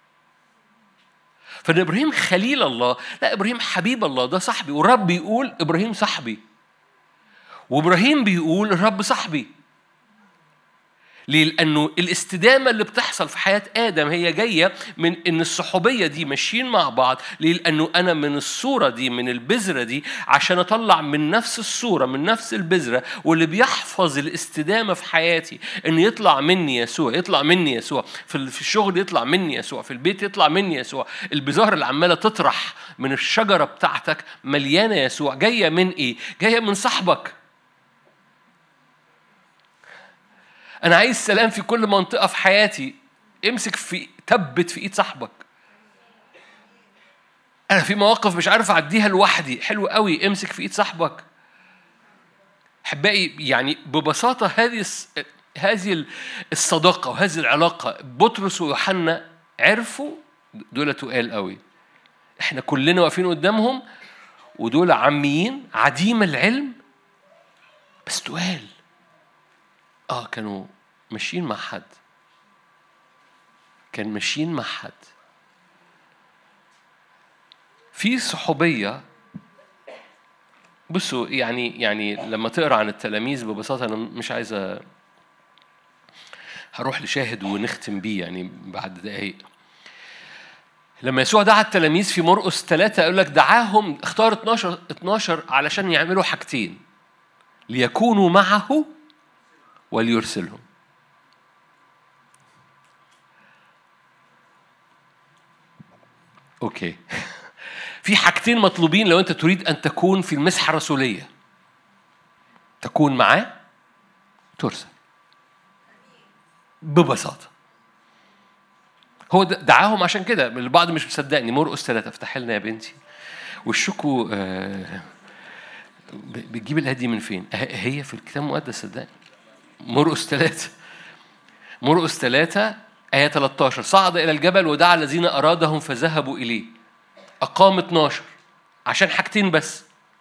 فإن إبراهيم خليل الله، لا إبراهيم حبيب الله، ده صاحبي. والرب بيقول إبراهيم صاحبي، وإبراهيم بيقول الرب صاحبي. ليه؟ لأنه الاستدامة اللي بتحصل في حياة آدم هي جاية من إن الصحوبية دي ماشيين مع بعض. ليه؟ لأنه أنا من الصورة دي، من البذرة دي، عشان أطلع من نفس الصورة، من نفس البذرة. واللي بيحفظ الاستدامة في حياتي إن يطلع مني يسوع، يطلع مني يسوع في الشغل، يطلع مني يسوع في البيت، يطلع مني يسوع. البذار اللي عمالة تطرح من الشجرة بتاعتك مليانة يسوع. جاية من إيه؟ جاية من صاحبك. أنا عايز سلام في كل منطقة في حياتي. امسك في، تبت في إيد صاحبك. أنا في مواقف مش عارف أعديها لوحدي، حلو قوي، امسك في إيد صاحبك. أحبائي يعني ببساطة هذه هذه الصداقة وهذه العلاقة بطرس ويوحنا عرفوا دول تقال قوي. إحنا كلنا واقفين قدامهم ودول عميين عديم العلم بس تقال. آه كانوا ماشيين مع حد، كان ماشيين مع حد في صحوبية. بصوا يعني يعني لما تقرأ عن التلاميذ ببساطة، أنا مش عايزة، هروح لشاهد ونختم بيه يعني بعد دقايق. لما يسوع دعا التلاميذ في مرقس ثلاثة يقول لك دعاهم، اختار اتناشر اتناشر علشان يعملوا حاجتين: ليكونوا معه وليرسلهم. أوكي. في حاجتين مطلوبين لو أنت تريد أن تكون في المسحة الرسولية: تكون معاه، ترسل. ببساطة هو دعاهم عشان كده. البعض مش مصدقني. مرقس ثلاثة، افتح لنا يا بنتي. والشكو آه بتجيب الهدي من فين؟ هي في الكتاب المقدس، صدقني. مرقس ثلاثة، مرقس ثلاثة آية ثلاثة عشر: صعد إلى الجبل ودعا الذين أرادهم فذهبوا إليه. أقام اتناشر عشان حاجتين بس: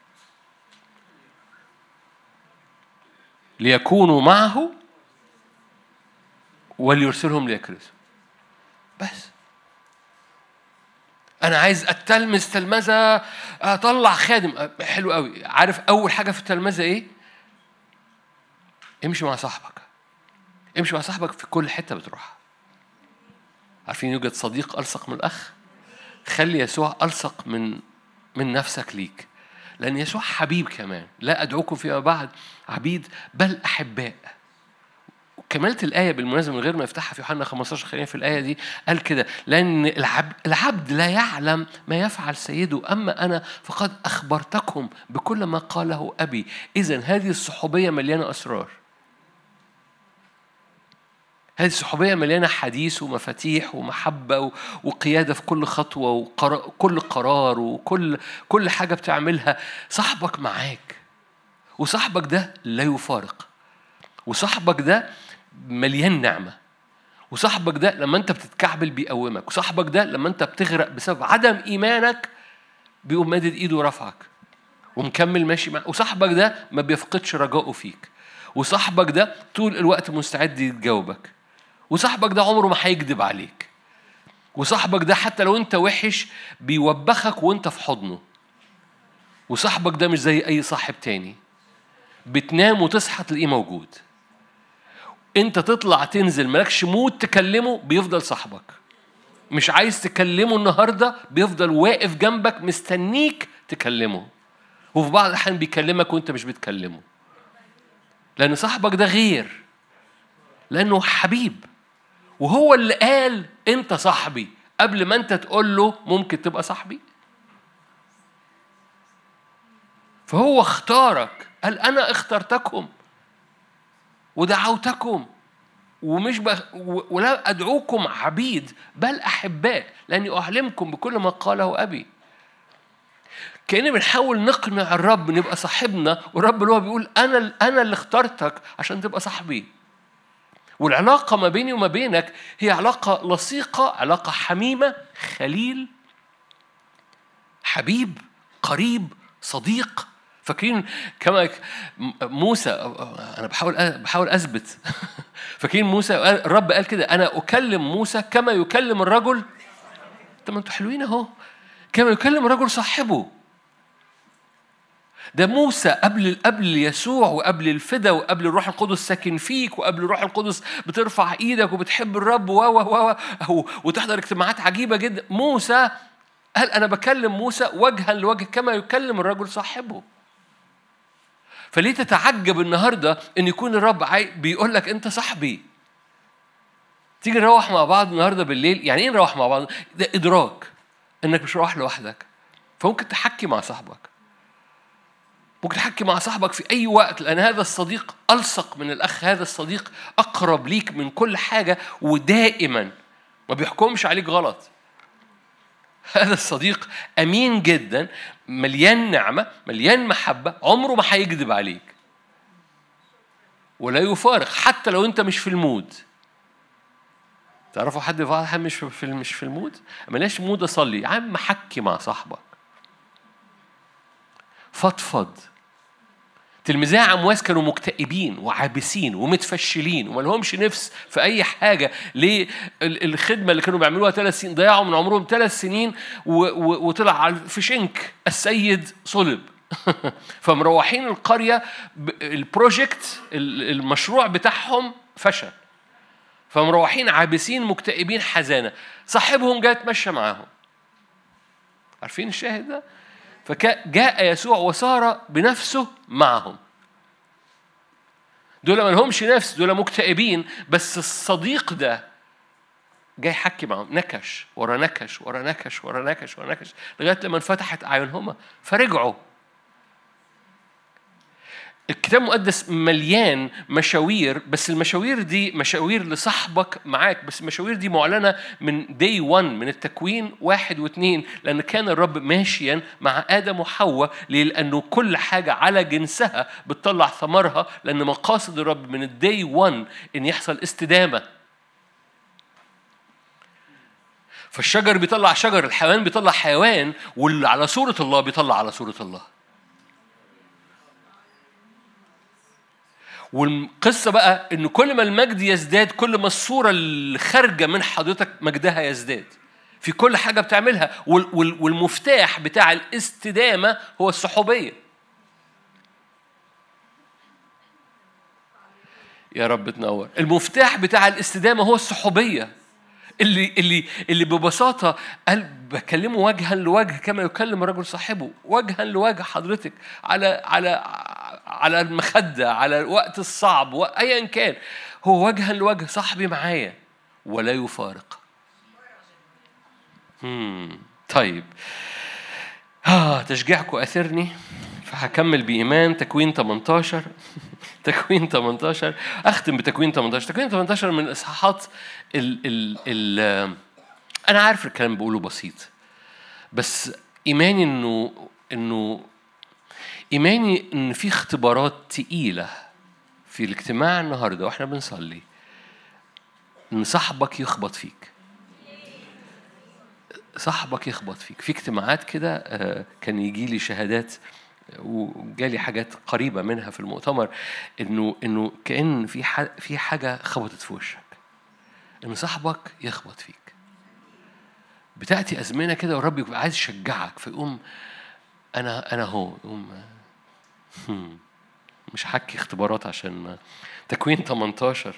ليكونوا معه وليرسلهم ليكرزوا. بس أنا عايز أتلمس تلمذة، أطلع خادم. حلو قوي. عارف أول حاجة في التلمذة إيه؟ امشي مع صاحبك. امشي مع صاحبك في كل حتة بتروحها. عارفين يوجد صديق ألصق من الأخ؟ خلي يسوع ألصق من من نفسك ليك، لأن يسوع حبيب كمان. لا أدعوكم فيما بعد عبيد بل أحباء. وكملت الآية بالمناسبة من غير ما يفتحها في يوحنا خمستاشر. خلينا في الآية دي. قال كده: لأن العبد, العبد لا يعلم ما يفعل سيده، أما أنا فقد أخبرتكم بكل ما قاله أبي. إذن هذه الصحوبية مليانة أسرار. هذه الصحوبية مليانة حديث ومفاتيح ومحبة وقيادة في كل خطوة وكل قرار وكل كل حاجة بتعملها. صاحبك معاك، وصاحبك ده لا يفارق، وصاحبك ده مليان نعمة، وصاحبك ده لما أنت بتتكعبل بيقومك، وصاحبك ده لما أنت بتغرق بسبب عدم إيمانك بيقوم مادد إيده ورفعك ومكمل ماشي معك. وصاحبك ده ما بيفقدش رجائه فيك، وصاحبك ده طول الوقت مستعد يتجاوبك، وصاحبك ده عمره ما هيكذب عليك. وصاحبك ده حتى لو انت وحش بيوبخك وانت في حضنه. وصاحبك ده مش زي اي صاحب تاني، بتنام وتصحى تلاقيه موجود. انت تطلع تنزل مالكش مود تكلمه، بيفضل صاحبك. مش عايز تكلمه النهارده، بيفضل واقف جنبك مستنيك تكلمه. وفي بعض الأحيان بيكلمك وانت مش بتكلمه، لأن صاحبك ده غير، لأنه حبيب. وهو اللي قال انت صاحبي قبل ما انت تقول له ممكن تبقى صاحبي. فهو اختارك، قال أنا اخترتكم ودعوتكم، ومش بخ... ولا أدعوكم عبيد بل أحباء، لأني أعلمكم بكل ما قاله أبي. كأننا بنحاول نقنع الرب نبقى صاحبنا، والرب اللي هو بيقول أنا أنا اللي اخترتك عشان تبقى صاحبي. والعلاقة ما بيني وما بينك هي علاقة لصيقة، علاقة حميمة، خليل، حبيب، قريب، صديق. فاكرين كما موسى، أنا بحاول بحاول أثبت فاكرين موسى، الرب قال كده أنا أكلم موسى كما يكلم الرجل. طب أنتوا حلوين أهو، كما يكلم الرجل صاحبه. ده موسى قبل قبل يسوع وقبل الفدا وقبل الروح القدس ساكن فيك وقبل الروح القدس بترفع ايدك وبتحب الرب و و و وتحضر اجتماعات عجيبة جدا. موسى قال أنا بكلم موسى وجها لوجه كما يكلم الرجل صاحبه. فليه تتعجب النهاردة إن يكون الرب بيقول لك أنت صاحبي؟ تيجي نروح مع بعض النهاردة بالليل. يعني إيه نروح مع بعض؟ ده إدراك إنك مش رايح لوحدك، فممكن تحكي مع صاحبك. ممكن تحكي مع صاحبك في أي وقت، لأن هذا الصديق ألصق من الأخ، هذا الصديق أقرب ليك من كل حاجة، ودائما ما بيحكمش عليك غلط. هذا الصديق أمين جدا، مليان نعمة، مليان محبة، عمره ما هيكذب عليك ولا يفارق حتى لو أنت مش في المود. تعرفوا حد في مش في مش في المود، ملاش مود أصلي، يا عم حكي مع صاحبك، فضفض. تلميذي عمواس كانوا مكتئبين وعابسين ومتفشلين وما لهمش نفس في أي حاجة. ليه؟ الخدمة اللي كانوا بيعملوها ثلاث سنين ضيعوا من عمرهم ثلاث سنين، وطلع في شنك السيد صلب. فمروحين القرية، البروجكت المشروع بتاعهم فشل، فمروحين عابسين مكتئبين حزانة. صاحبهم جاء يتمشى معاهم. عارفين الشاهد ده؟ فجاء يسوع وصار بنفسه معهم. دول ما لهمش نفس، دول مكتئبين، بس الصديق ده جاي يحكي معهم، نكش ورا نكش ورا نكش ورا نكش ورا نكش لغاية لما انفتحت أعينهما فرجعوا. الكتاب المقدس مليان مشاوير، بس المشاوير دي مشاوير لصاحبك معاك، بس المشاوير دي معلنة من داي وان، من التكوين واحد واثنين، لأن كان الرب ماشيا مع آدم وحواء، لأنه كل حاجة على جنسها بتطلع ثمرها، لأن مقاصد الرب من الداي وان إن يحصل استدامة. فالشجر بيطلع شجر، الحيوان بيطلع حيوان، واللي على صورة الله بيطلع على صورة الله. والقصة بقى إنه كل ما المجد يزداد، كل ما الصورة اللي خارجة من حضرتك مجدها يزداد في كل حاجة بتعملها. والمفتاح بتاع الاستدامة هو الصحوبية. يا رب تنور. المفتاح بتاع الاستدامة هو الصحوبية، اللي اللي اللي ببساطة قال بكلمه وجها لوجه كما يكلم الرجل صاحبه. وجها لوجه حضرتك، على على على المخدة، على الوقت الصعب وأيا كان، هو وجها لوجه صاحبي معايا ولا يفارق. هم. طيب آه تشجيعكم أثرني، فهكمل بإيمان. تكوين ثمانية عشر تكوين ثمانية عشر أختم بتكوين ثمانية عشر. تكوين ثمانية عشر من الإصحاحات ال ال ال أنا عارف الكلام بقوله بسيط، بس إيماني إنه إنه إيماني إن في اختبارات تقيلة في الاجتماع النهاردة وإحنا بنصلي، إن صاحبك يخبط فيك، صاحبك يخبط فيك. في اجتماعات كده كان يجي لي شهادات وجالي حاجات قريبة منها في المؤتمر، إنه إنه كأن في في حاجة خبطت في وشك، إن صاحبك يخبط فيك. بتأتي أزمنة كده والرب يبقى عايز يشجعك، فيقوم أنا أنا هو يقوم مش حكي اختبارات عشان تكوين تمنتاشر.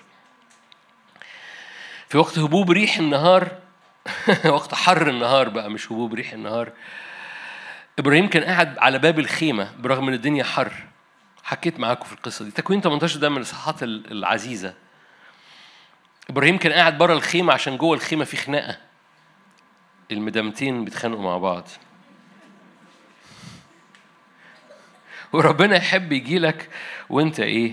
في وقت هبوب ريح النهار وقت حر النهار بقى، مش هبوب ريح النهار، إبراهيم كان قاعد على باب الخيمة برغم إن الدنيا حر. حكيت معاكم في القصة دي. تكوين تمنتاشر ده من الإصحاحات العزيزة. إبراهيم كان قاعد بره الخيمة عشان جوه الخيمة في خناقة، المدامتين بيتخانقوا مع بعض. وربنا يحب يجيلك وانت ايه؟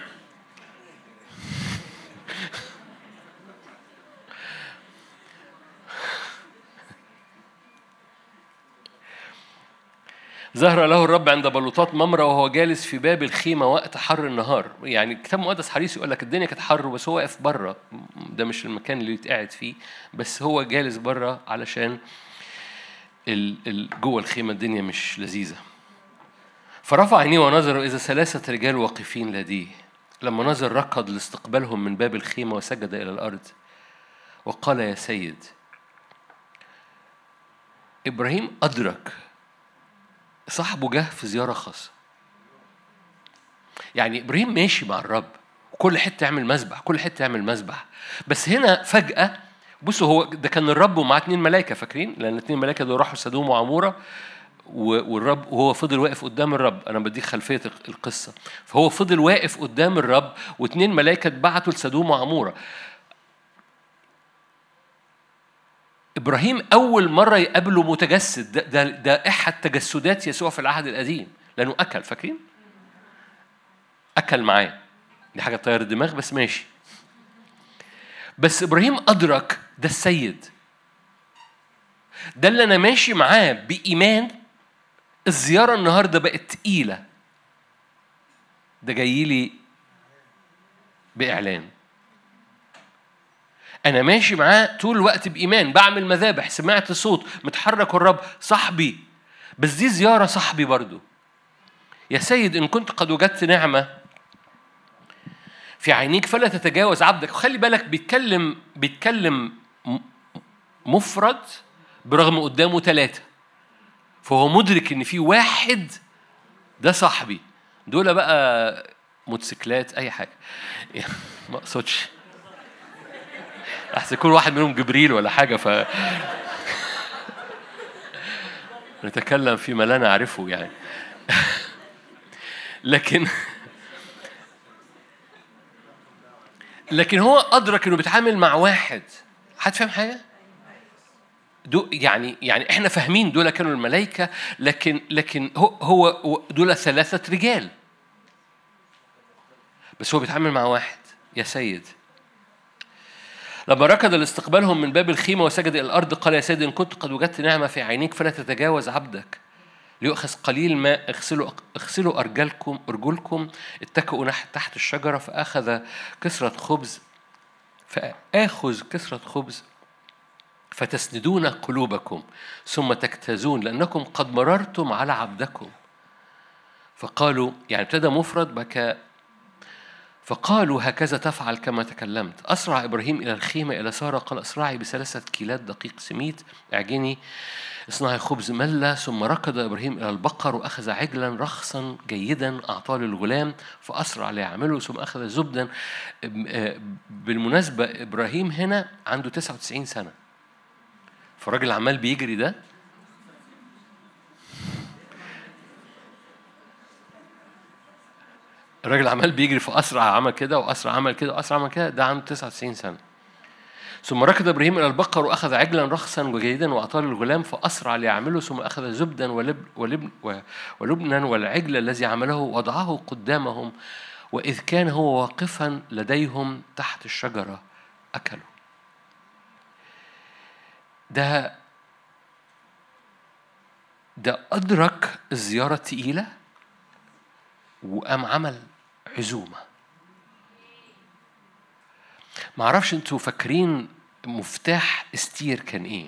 ظهر له الرب عند بلوطات ممرة وهو جالس في باب الخيمة وقت حر النهار. يعني الكتاب المقدس حريص يقول لك الدنيا كانت حر بس هو واقف بره، ده مش المكان اللي يتقعد فيه، بس هو جالس بره علشان جوه الخيمة الدنيا مش لذيذة. فرفع عينيه ونظر إذا ثلاثة رجال واقفين لديه. لما نظر ركض لاستقبالهم من باب الخيمة وسجد إلى الأرض وقال يا سيد. إبراهيم أدرك صاحبه جه في زيارة خاصة. يعني إبراهيم ماشي مع الرب وكل حتة يعمل مذبح، كل حتة يعمل مذبح، بس هنا فجأة بصوا هو ده كان الرب ومعاه اتنين ملايكة، فاكرين؟ لأن اتنين ملايكة دول راحوا سدوم وعمورة والرب وهو فضل واقف قدام الرب. أنا بديك خلفية القصة. فهو فضل واقف قدام الرب واتنين ملايكة اتبعتوا لسدوم وعمورة. إبراهيم أول مرة يقابله متجسد. ده, ده, ده أحد تجسدات يسوع في العهد القديم، لأنه أكل، فاكرين؟ أكل معاه. دي حاجة طير الدماغ بس ماشي. بس إبراهيم أدرك ده السيد، ده اللي أنا ماشي معاه بإيمان. الزيارة النهاردة بقت تقيلة، ده جاي لي بإعلان. أنا ماشي معاه طول الوقت بإيمان، بعمل مذابح، سمعت صوت متحرك الرب صاحبي، بس دي زيارة صاحبي برضو. يا سيد إن كنت قد وجدت نعمة في عينيك فلا تتجاوز عبدك. وخلي بالك بيتكلم بيتكلم مفرد برغم قدامه ثلاثة، فهو مدرك إن في واحد ده صاحبي. دول بقى موتوسيكلات أي حاجة ما أقصدش أحسن يكون واحد منهم جبريل ولا حاجة، ف نتكلم فيما لا نعرفه يعني. لكن لكن هو أدرك إنه بيتعامل مع واحد. حد فاهم حاجة؟ دو يعني يعني إحنا فاهمين دول كانوا الملائكة، لكن لكن هو هو دول ثلاثة رجال، بس هو بيتعامل مع واحد. يا سيد. لما ركض لاستقبالهم من باب الخيمة وسجد إلى الأرض قال يا سيد إن كنت قد وجدت نعمة في عينيك فلا تتجاوز عبدك، ليؤخذ قليل ماء اغسلوا اغسلوا أرجلكم أرجلكم اتكئوا تحت الشجرة. فأخذ كسرة خبز فآخذ كسرة خبز فتسندون قلوبكم ثم تجتازون لأنكم قد مررتم على عبدكم. فقالوا يعني ابتدى مفرد بكى. فقالوا هكذا تفعل كما تكلمت. أسرع إبراهيم إلى الخيمة إلى سارة قال أسرعي بثلاثة كيلات دقيق سميت اعجني اصنعي خبز ملة. ثم ركض إبراهيم إلى البقر وأخذ عجلا رخصا جيدا أعطاه للغلام فأسرع ليعمله. ثم أخذ زبدا. بالمناسبة إبراهيم هنا عنده تسعة وتسعين سنة، فالراجل عمال بيجري ده الراجل عمال بيجري في أسرع عمل كده وأسرع عمل كده وأسرع عمل كده، ده عنده تسعة وتسعين سنة. ثم ركض إبراهيم إلى البقر وأخذ عجلا رخصا وجيدا وأعطاه للغلام فأسرع ليعمله. ثم أخذ زبدا ولب ولب ولبنا والعجل الذي عمله وضعه قدامهم وإذ كان هو واقفا لديهم تحت الشجرة أكلوا. ده ده أدرك الزيارة الثقيلة وقام عمل عزومة. ما أعرفش أنتوا فاكرين مفتاح استير كان إيه؟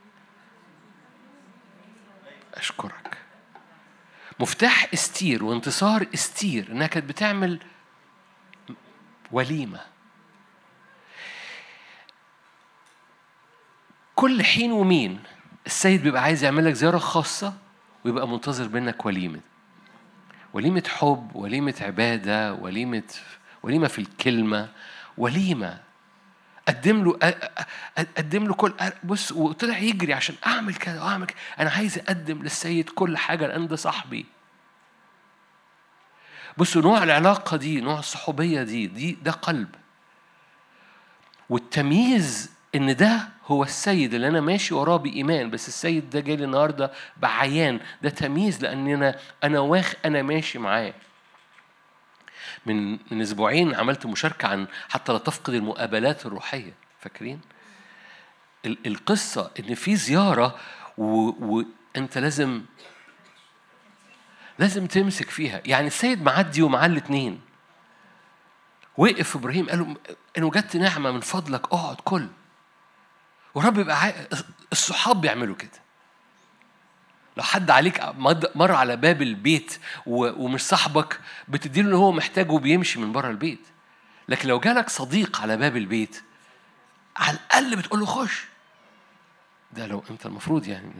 أشكرك. مفتاح استير وانتصار استير إنها كانت بتعمل وليمة. كل حين ومين السيد بيبقى عايز يعمل لك زيارة خاصة ويبقى منتظر منك وليمة، وليمة حب، وليمة عبادة، وليمة وليمة في الكلمة، وليمة قدم له قدم له كل بص، وطلع يجري عشان اعمل كده واعمل كده. انا عايز اقدم للسيد كل حاجه لان ده صاحبي. بصوا نوع العلاقه دي، نوع الصحوبيه دي دي ده قلب. والتمييز ان ده هو السيد اللي انا ماشي وراه بايمان، بس السيد ده جاي لي النهارده بعيان، ده تمييز لان انا انا واخ انا ماشي معاه. من من اسبوعين عملت مشاركه عن حتى لا تفقد المقابلات الروحيه، فاكرين القصه ان في زياره وانت لازم لازم تمسك فيها. يعني السيد معدي ومعاه الاثنين، وقف ابراهيم قال له انه جت نعمه من فضلك اقعد كل. ورب يبقى عاي... الصحاب بيعملوا كده. لو حد عليك مر على باب البيت ومش صاحبك بتديله اللي هو محتاجه وبيمشي من بره البيت. لكن لو جالك صديق على باب البيت على الأقل بتقول له خش. ده لو أنت المفروض يعني.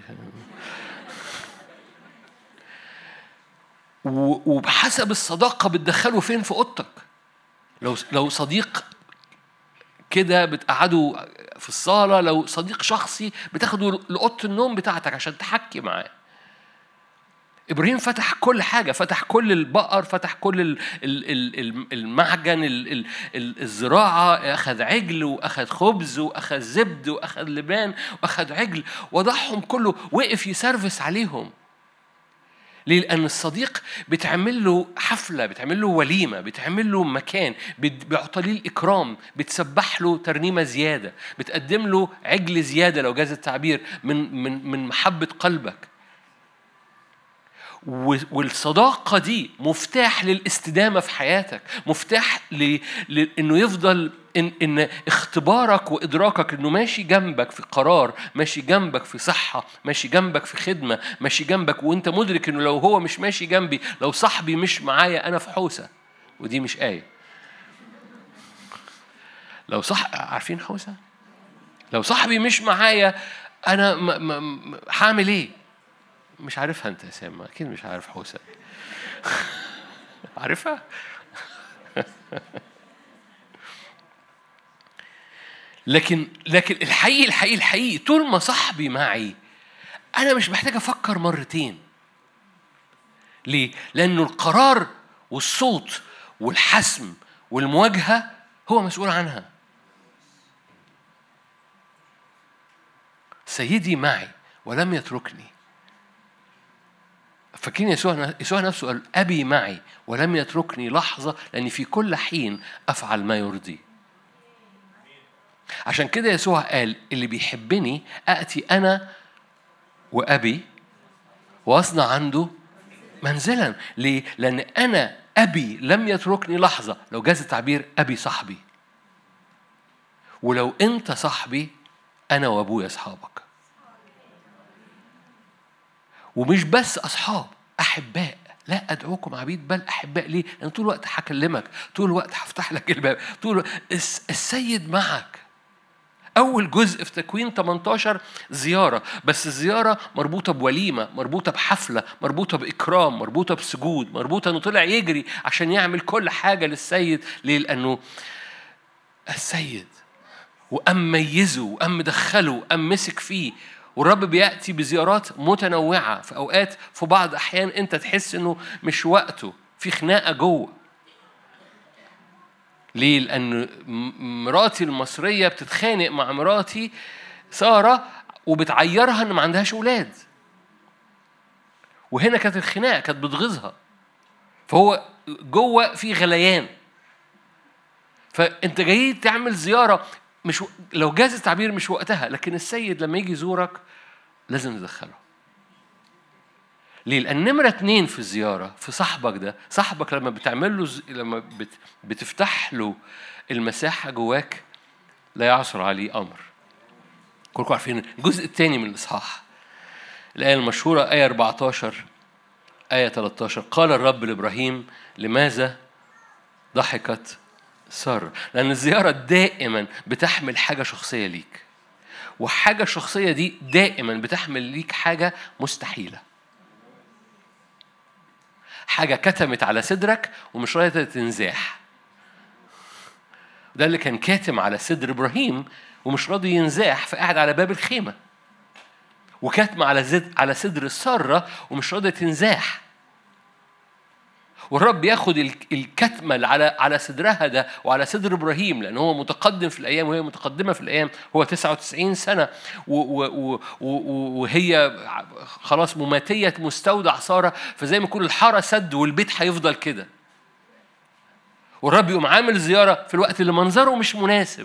وبحسب الصداقة بتدخله فين في أوضتك. لو لو صديق كده بتقعده في الصالة، لو صديق شخصي بتاخده لأوضة النوم بتاعتك عشان تحكي معاه. إبراهيم فتح كل حاجة، فتح كل البقر، فتح كل المعجن، الزراعة، أخذ عجل وأخذ خبز وأخذ زبد وأخذ لبان وأخذ عجل وضعهم كله، وقف يسرفس عليهم. ليه؟ لأن الصديق بتعمل له حفلة، بتعمل له وليمة، بتعمل له مكان، بيعطي له الإكرام، بتسبح له ترنيمة زيادة، بتقدم له عجل زيادة لو جاز التعبير من من من محبة قلبك. والصداقة دي مفتاح للاستدامة في حياتك، مفتاح لأنه يفضل إن, إن اختبارك وإدراكك إنه ماشي جنبك في قرار، ماشي جنبك في صحة، ماشي جنبك في خدمة، ماشي جنبك وإنت مدرك إنه لو هو مش ماشي جنبي، لو صاحبي مش معايا أنا في حوسة. ودي مش آية. لو صح عارفين حوسة؟ لو صاحبي مش معايا أنا م... م... هعمل إيه؟ مش عارفها أنت يا سامة، أكيد مش عارف حوسة. عارفها؟ لكن لكن الحقيقي الحقيقي الحقيقي طول ما صاحبي معي أنا مش محتاج أفكر مرتين. ليه؟ لأنه القرار والصوت والحسم والمواجهة هو مسؤول عنها. سيدي معي ولم يتركني. فاكرين يسوع يسوع نفسه قال أبي معي ولم يتركني لحظة، لأني في كل حين أفعل ما يرضي. عشان كده يسوع قال اللي بيحبني أأتي أنا وأبي وأصنع عنده منزلا. ليه؟ لأن أنا أبي لم يتركني لحظة، لو جاز التعبير أبي صاحبي. ولو أنت صاحبي أنا وأبويا أصحابك. ومش بس أصحاب، أحباء. لا أدعوكم عبيد بل أحباء. ليه؟ لأن طول الوقت هكلمك، طول الوقت هفتح لك الباب، طول السيد معك. أول جزء في تكوين ثمانية عشر زيارة، بس الزيارة مربوطة بوليمة، مربوطة بحفلة، مربوطة بإكرام، مربوطة بسجود، مربوطة أنه طلع يجري عشان يعمل كل حاجة للسيد. ليه؟ لأنه السيد وأم ميزه وأم مدخله وأم مسك فيه. والرب بيأتي بزيارات متنوعة في أوقات، في بعض أحيان أنت تحس أنه مش وقته، في خناقة جوه. ليه؟ لأن مراتي المصرية بتتخانق مع مراتي سارة وبتعيرها أن ما عندهاش أولاد. وهنا كانت الخناقة كانت بتغيظها، فهو جوه في غليان. فأنت جاي تعمل زيارة مش لو جاز التعبير مش وقتها، لكن السيد لما يجي يزورك لازم ندخله. ليه؟ لأن نمرة اتنين في الزيارة في صاحبك ده، صاحبك لما بتعمل له ز... لما بت... بتفتح له المساحة جواك لا يعثر عليه أمر. كلكم عارفين الجزء الثاني من الإصحاح، الآية المشهورة آية أربعة عشر آية ثلاثة عشر، قال الرب لإبراهيم لماذا ضحكت سارة؟ لأن الزيارة دائما بتحمل حاجة شخصية ليك. وحاجة الشخصية دي دائما بتحمل ليك حاجة مستحيلة، حاجة كتمت على صدرك ومش راضية تنزاح. ده اللي كان كاتم على صدر إبراهيم ومش راضي ينزاح، فقاعد على باب الخيمة. وكاتم على زد على صدر سارة ومش راضية تنزاح. والرب ياخد الكتمة على على صدرها ده وعلى صدر إبراهيم، لأن هو متقدم في الأيام وهي متقدمة في الأيام. هو تسعة وتسعين سنة وهي خلاص مماتية مستودع سارة، فزي ما يكون الحارة سد والبيت هيفضل كده. والرب يقوم عامل زيارة في الوقت اللي منظره مش مناسب.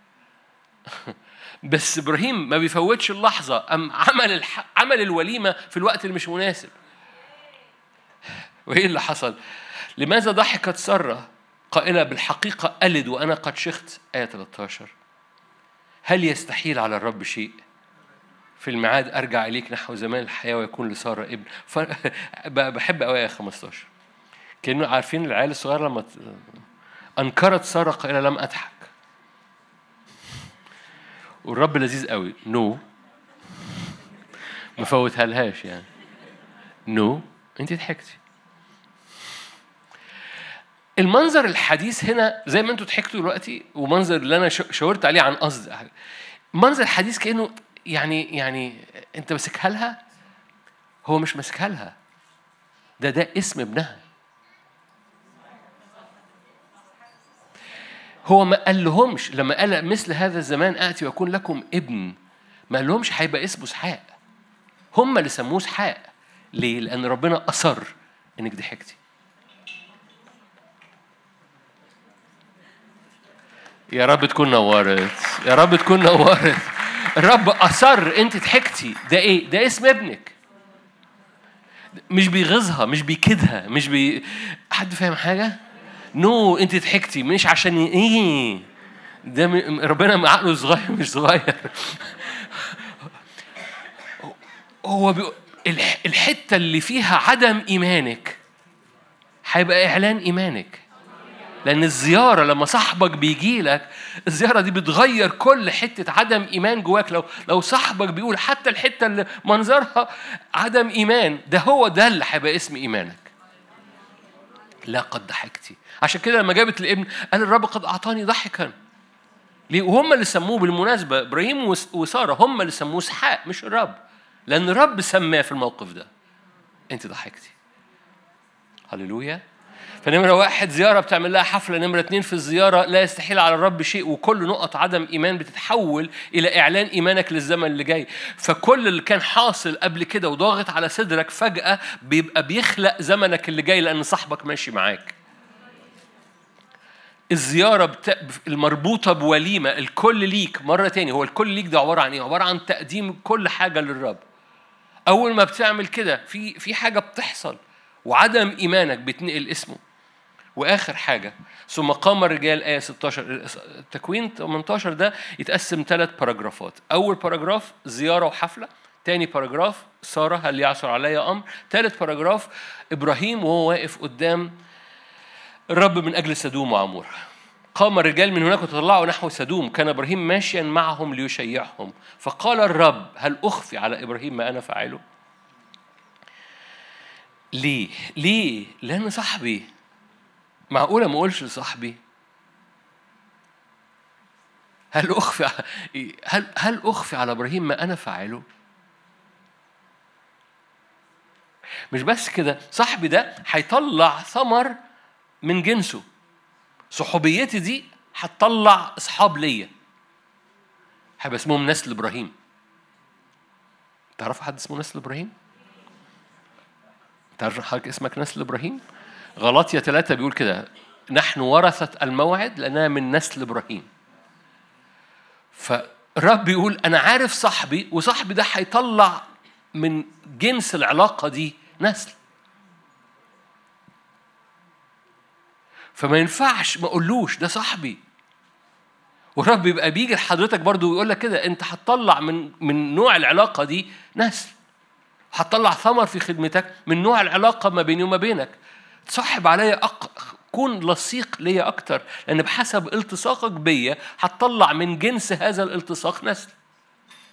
بس إبراهيم ما بيفوتش اللحظة، أم عمل الح... عمل الوليمة في الوقت اللي مش مناسب. وإيه اللي حصل؟ لماذا ضحكت سارة قائلة بالحقيقة ألد وأنا قد شخت؟ آية ثلاثة عشر. هل يستحيل على الرب شيء؟ في الميعاد أرجع إليك نحو زمان الحياة ويكون لسارة ابن. ف... بحب أوي آية خمسة عشر. كأنه عارفين العيال الصغير لما أنكرت سارة قائلة لم أضحك. والرب لذيذ قوي. نو ما فوتها لهاش يعني. نو أنت ضحكتي. المنظر الحديث هنا زي ما أنتوا ضحكتوا دلوقتي، ومنظر اللي أنا شاورت عليه عن قصد. منظر الحديث كأنه يعني يعني أنت ماسكها لها، هو مش ماسكها لها، ده ده اسم ابنها. هو ما قال لهمش لما قال مثل هذا الزمان آتي ويكون لكم ابن، ما قال لهمش هيبقى اسمه اسحاق. هم اللي سموه اسحاق. ليه؟ لأن ربنا أصر إنك ضحكتي. يا رب تكون نورت، يا رب تكون نورت. الرب أصر أنت ضحكتي. ده إيه؟ ده اسم ابنك. مش بيغيظها، مش بيكدها، مش بي حد فاهم حاجة؟ نو no, انت ضحكتي مش عشان ايه، ده ربنا عقله صغير مش صغير. هو بي... الحته اللي فيها عدم ايمانك هيبقى اعلان ايمانك. لان الزياره لما صاحبك بيجي لك، الزياره دي بتغير كل حته عدم ايمان جواك. لو لو صاحبك بيقول حتى الحته اللي منظرها عدم ايمان، ده هو ده اللي هيبقى اسم ايمانك. لا قد ضحكتي. عشان كده لما جابت الابن قال الرب قد أعطاني ضحكا. ليه؟ وهم اللي سموه بالمناسبة إبراهيم وسارة هم اللي سموه اسحاق مش الرب، لأن الرب سماه في الموقف ده. أنت ضحكتي. هللويا. فنمرة واحد زيارة بتعمل لها حفلة. نمرة اتنين في الزيارة لا يستحيل على الرب شيء، وكل نقط عدم إيمان بتتحول إلى إعلان إيمانك للزمن اللي جاي. فكل اللي كان حاصل قبل كده وضاغط على صدرك فجأة بيبقى بيخلق زمنك اللي جاي، لأن صاحبك ماشي معاك. الزيارة بت... المربوطة بوليمة الكل ليك. مرة تاني، هو الكل ليك ده عبارة عن إيه؟ عبارة عن تقديم كل حاجة للرب. أول ما بتعمل كده في في حاجة بتحصل وعدم إيمانك بتنقل اسمه. وآخر حاجة ثم قام الرجال. آية ستة عشر. التكوين ثمانية عشر ده يتقسم ثلاث باراجرافات. أول باراجراف زيارة وحفلة. تاني باراجراف سارة هل يعثر علي أمر. ثالث باراجراف إبراهيم وهو واقف قدام الرب من أجل سدوم وعمور. قام الرجال من هناك وتطلعوا نحو سدوم، كان إبراهيم ماشيا معهم ليشيعهم. فقال الرب هل أخفي على إبراهيم ما أنا فاعله؟ ليه؟ ليه؟ لأن صاحبي. معقولة ما أقولش لصاحبي هل أخفي هل هل أخفي على إبراهيم ما أنا فاعله؟ مش بس كده، صاحبي ده هيطلع ثمر من جنسه. صحوبيتي دي هتطلع أصحاب ليا هيبقى اسمهم نسل إبراهيم. تعرف حد اسمه نسل إبراهيم؟ تعرف حضرتك اسمك نسل إبراهيم؟ غلاطيا ثلاثة بيقول كده نحن ورثة الموعد لأننا من نسل إبراهيم. فالرب بيقول أنا عارف صاحبي، وصاحبي ده هيطلع من جنس العلاقة دي نسل. فما ينفعش ما أقولوش ده صاحبي. والرب يبقى بيجي لحضرتك برضو ويقول لك كده أنت هتطلع من من نوع العلاقة دي نسل. هتطلع ثمر في خدمتك من نوع العلاقة ما بيني وما بينك. تصاحب عليا أق... كون لصيق ليا أكتر، لأن بحسب التصاقك بيا هتطلع من جنس هذا الالتصاق نسل.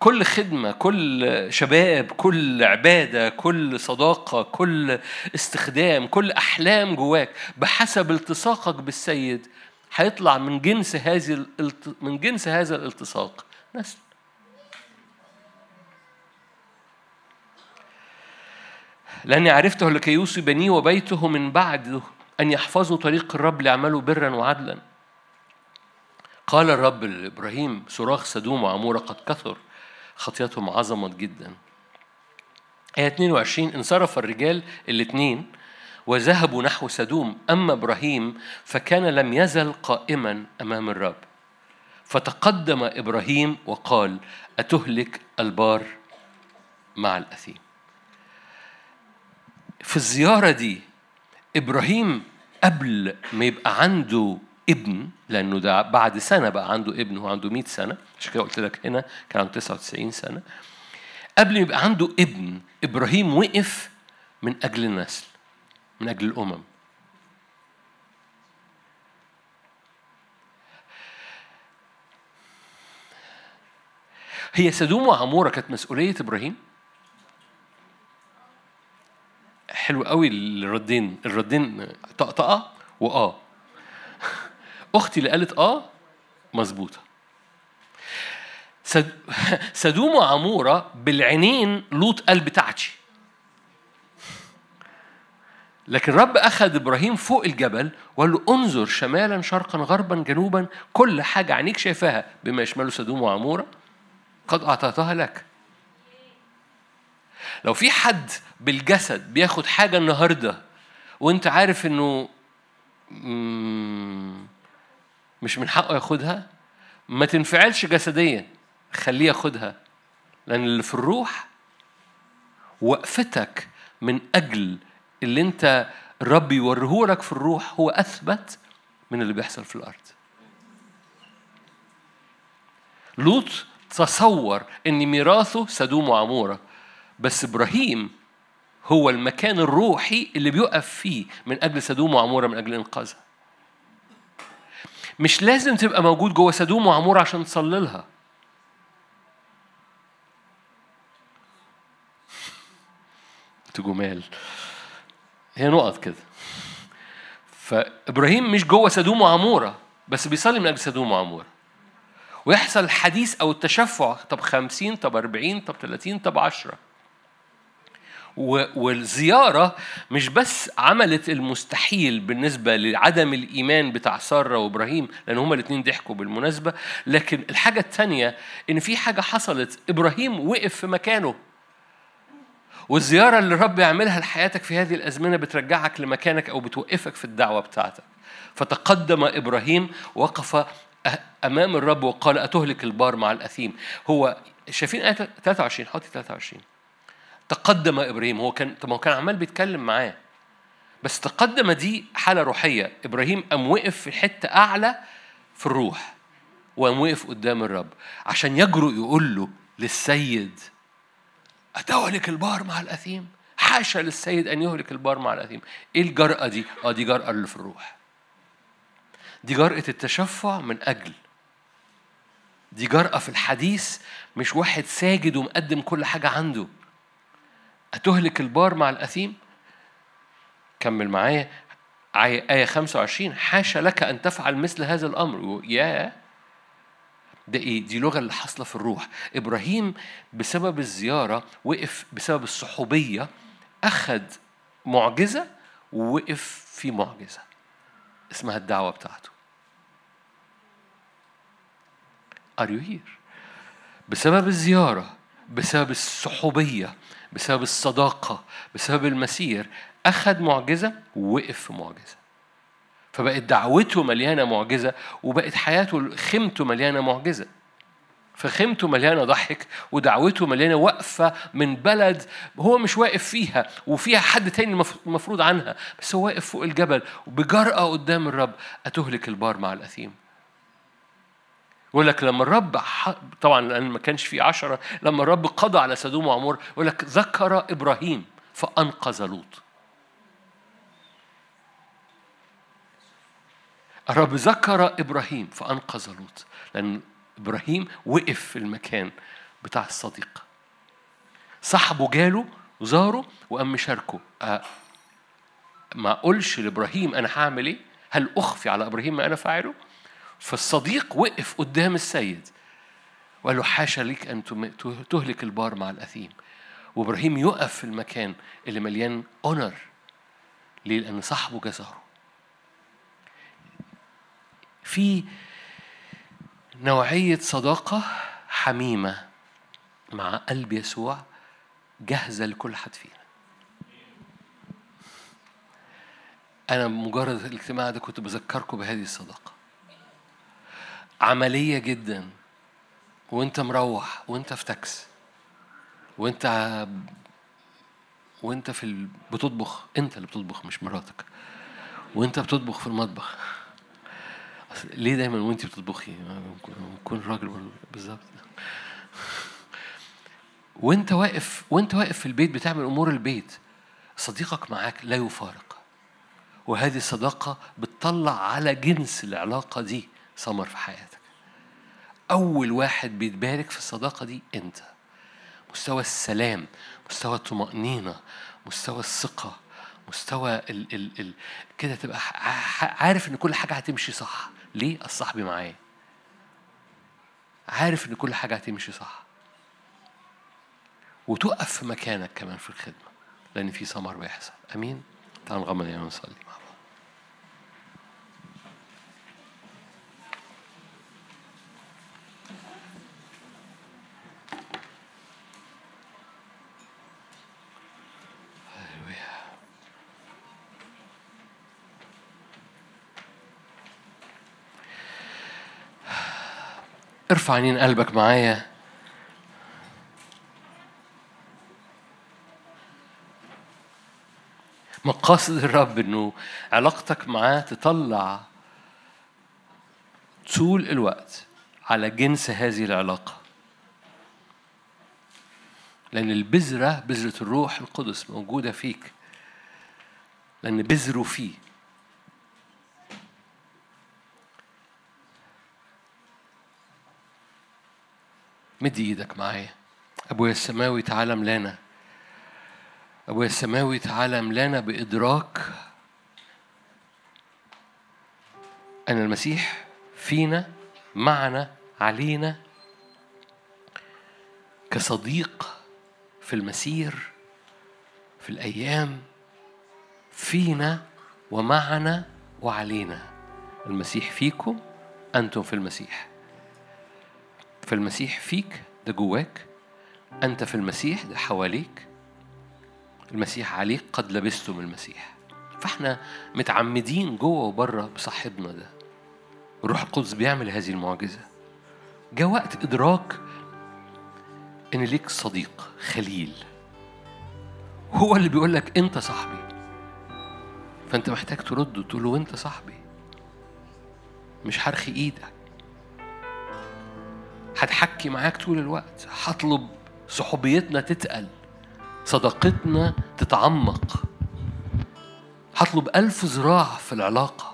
كل خدمة، كل شباب، كل عبادة، كل صداقة، كل استخدام، كل أحلام جواك بحسب التصاقك بالسيد هيطلع من جنس هذه الالت... من جنس هذا الالتصاق نسل. لأني عرفته لكي يوصي بنيه وبيته من بعده أن يحفظوا طريق الرب ليعملوا برا وعدلا. قال الرب لإبراهيم: صراخ سدوم وعمورة قد كثر، خطيتهم عظمت جدا. آية اثنين وعشرين: انصرف الرجال الاثنين وذهبوا نحو سدوم، أما إبراهيم فكان لم يزل قائما أمام الرب. فتقدم إبراهيم وقال: أتهلك البار مع الأثيم. في الزيارة دي إبراهيم قبل ما يبقى عنده ابن، لأنه ده بعد سنة بقى عنده ابن، هو عنده مئة سنة، عشان كده قلت لك هنا كان عنده تسعة وتسعين سنة. قبل ما يبقى عنده ابن إبراهيم وقف من أجل النسل، من أجل الأمم. هي سدوم وعمورة كانت مسؤولية إبراهيم؟ حلو قوي الردين، الردين طقطقة وآه. أختي اللي قالت آه مظبوطة. سدوم وعمورة بالعينين لوط قال بتاعتي، لكن رب أخذ إبراهيم فوق الجبل وقال له: انظر شمالا شرقا غربا جنوبا، كل حاجة عينيك شايفاها بما يشمله سدوم وعمورة قد أعطيتها لك. لو في حد بالجسد بياخد حاجة النهاردة وانت عارف انه مش من حقه ياخدها، ما تنفعلش جسديا، خليه ياخدها، لأن اللي في الروح وقفتك من أجل اللي انت الرب يوريهولك في الروح هو أثبت من اللي بيحصل في الأرض. لوط تصور ان ميراثه سدوم وعمورة، بس إبراهيم هو المكان الروحي اللي بيقف فيه من أجل سدوم وعمورة، من أجل إنقاذها. مش لازم تبقى موجود جوه سدوم وعمورة عشان تصلي لها. جمال هي نقط كده. فإبراهيم مش جوه سدوم وعمورة بس بيصلي من أجل سدوم وعمورة، ويحصل الحديث أو التشفع، طب خمسين، طب أربعين، طب ثلاثين، طب عشرة. والزيارة مش بس عملت المستحيل بالنسبة لعدم الإيمان بتاع سارة وإبراهيم، لأن هما الاثنين ضحكوا بالمناسبة، لكن الحاجة التانية إن في حاجة حصلت، إبراهيم وقف في مكانه. والزيارة اللي الرب يعملها لحياتك في هذه الأزمنة بترجعك لمكانك أو بتوقفك في الدعوة بتاعتك. فتقدم إبراهيم وقف أمام الرب وقال: أتهلك البار مع الأثيم. هو شايفين آية ثلاثة وعشرين؟ حطي ثلاثة وعشرين. تقدم إبراهيم، هو كان طب هو كان عمال بيتكلم معاه، بس تقدم دي حالة روحية. إبراهيم قام وقف في حتة أعلى في الروح، وقام وقف قدام الرب عشان يجرؤ يقول له للسيد: أتهلك البار مع الأثيم؟ حاشا للسيد أن يهلك البار مع الأثيم. إيه الجرأة دي؟ آه دي جرأة اللي في الروح، دي جرأة التشفع من أجل، دي جرأة في الحديث، مش واحد ساجد ومقدم كل حاجة عنده. أتهلك البار مع الأثيم؟ كمل معايا آية خمسة وعشرين: حاشا لك أن تفعل مثل هذا الأمر. يا ده إيه؟ دي لغة اللي حصلة في الروح. إبراهيم بسبب الزيارة وقف، بسبب الصحوبية أخذ معجزة ووقف في معجزة اسمها الدعوة بتاعته. Are you here؟ بسبب الزيارة، بسبب الصحوبية، بسبب الصداقة، بسبب المسير، أخذ معجزة ووقف في معجزة. فبقت دعوته مليانة معجزة، وبقت حياته خيمته مليانة معجزة. فخيمته مليانة ضحك، ودعوته مليانة وقفة من بلد هو مش واقف فيها وفيها حد تاني المفروض عنها، بس هو واقف فوق الجبل وبجرأة قدام الرب: أتهلك البار مع الأثيم. يقول لك لما الرب ح... طبعا لأن ما كانش فيه عشرة، لما الرب قضى على سدوم وعمور يقول لك ذكر إبراهيم فأنقذ لوط. الرب ذكر إبراهيم فأنقذ لوط، لأن إبراهيم وقف في المكان بتاع الصديق. صاحبه جاله وزاره وقام مشاركه. أه ما أقولش لإبراهيم أنا هعمل إيه؟ هل أخفي على إبراهيم ما أنا فاعله؟ فالصديق وقف قدام السيد وقال له حاشا ليك أن تهلك البار مع الأثيم. وإبراهيم يقف في المكان اللي مليان أونر. ليه؟ لأن صاحبه جزاره. في نوعية صداقة حميمة مع قلب يسوع جاهزة لكل حد فينا. أنا مجرد الاجتماع ده كنت بذكركم بهذه الصداقة عملية جدا. وانت مروح وانت في تاكس وانت وانت في ال... بتطبخ، انت اللي بتطبخ مش مراتك، وانت بتطبخ في المطبخ. ليه دايما وانت بتطبخي؟ كون راجل بالظبط. وانت واقف وانت واقف في البيت بتعمل امور البيت، صديقك معاك لا يفارق. وهذه الصداقة بتطلع على جنس العلاقة دي ثمر في حياتك. أول واحد بيتبارك في الصداقة دي أنت. مستوى السلام، مستوى الطمأنينة، مستوى الثقة، مستوى ال ال ال كده تبقى عارف إن كل حاجة هتمشي صح. ليه؟ الصاحبي معايا عارف إن كل حاجة هتمشي صح. وتقف في مكانك كمان في الخدمة لأن في ثمر بيحصل. أمين. تعالوا نغمض عينينا ونصلي مع بعض. ارفع عينين قلبك معايا. مقاصد الرب انه علاقتك معاه تطلع طول الوقت على جنس هذه العلاقة. لأن البذرة، بذرة الروح القدس موجودة فيك، لأن بذره فيه. مد ايدك معايا. أبويا السماوي تعالى ملانا. أبويا السماوي تعالى ملانا بإدراك أن المسيح فينا، معنا، علينا، كصديق في المسير، في الأيام، فينا ومعنا وعلينا. المسيح فيكم، أنتم في المسيح. في المسيح فيك، ده جواك. أنت في المسيح، ده حواليك. المسيح عليك، قد لبستم المسيح. فاحنا متعمدين جوه وبره بصاحبنا ده. الروح القدس بيعمل هذه المعجزة. جاء وقت إدراك إن ليك صديق خليل، هو اللي بيقول لك أنت صاحبي. فأنت محتاج ترد وتقول له أنت صاحبي، مش هرخي إيدك، هتحكي معاك طول الوقت، هطلب صحوبيتنا تتقل، صداقتنا تتعمق، هطلب ألف ذراع في العلاقة.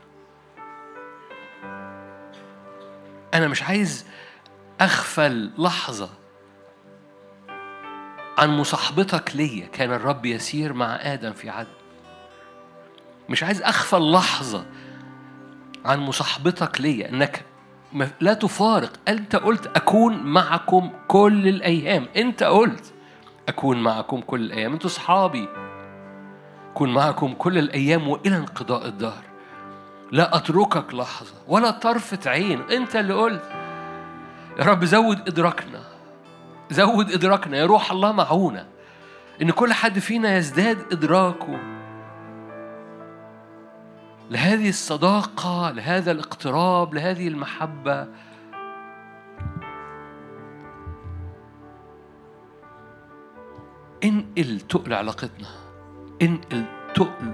أنا مش عايز أغفل لحظة عن مصاحبتك ليا. كان الرب يسير مع آدم في عدن. مش عايز أغفل لحظة عن مصاحبتك ليا، أنك لا تفارق. أنت قلت أكون معكم كل الأيام. أنت قلت أكون معكم كل الأيام. أنتوا صحابي. أكون معكم كل الأيام وإلى انقضاء الدهر. لا أتركك لحظة ولا طرفة عين. أنت اللي قلت. يا رب زود إدراكنا، زود إدراكنا يا روح الله معونا، إن كل حد فينا يزداد إدراكه لهذه الصداقة، لهذا الاقتراب، لهذه المحبة. انقل تقل علاقتنا، انقل تقل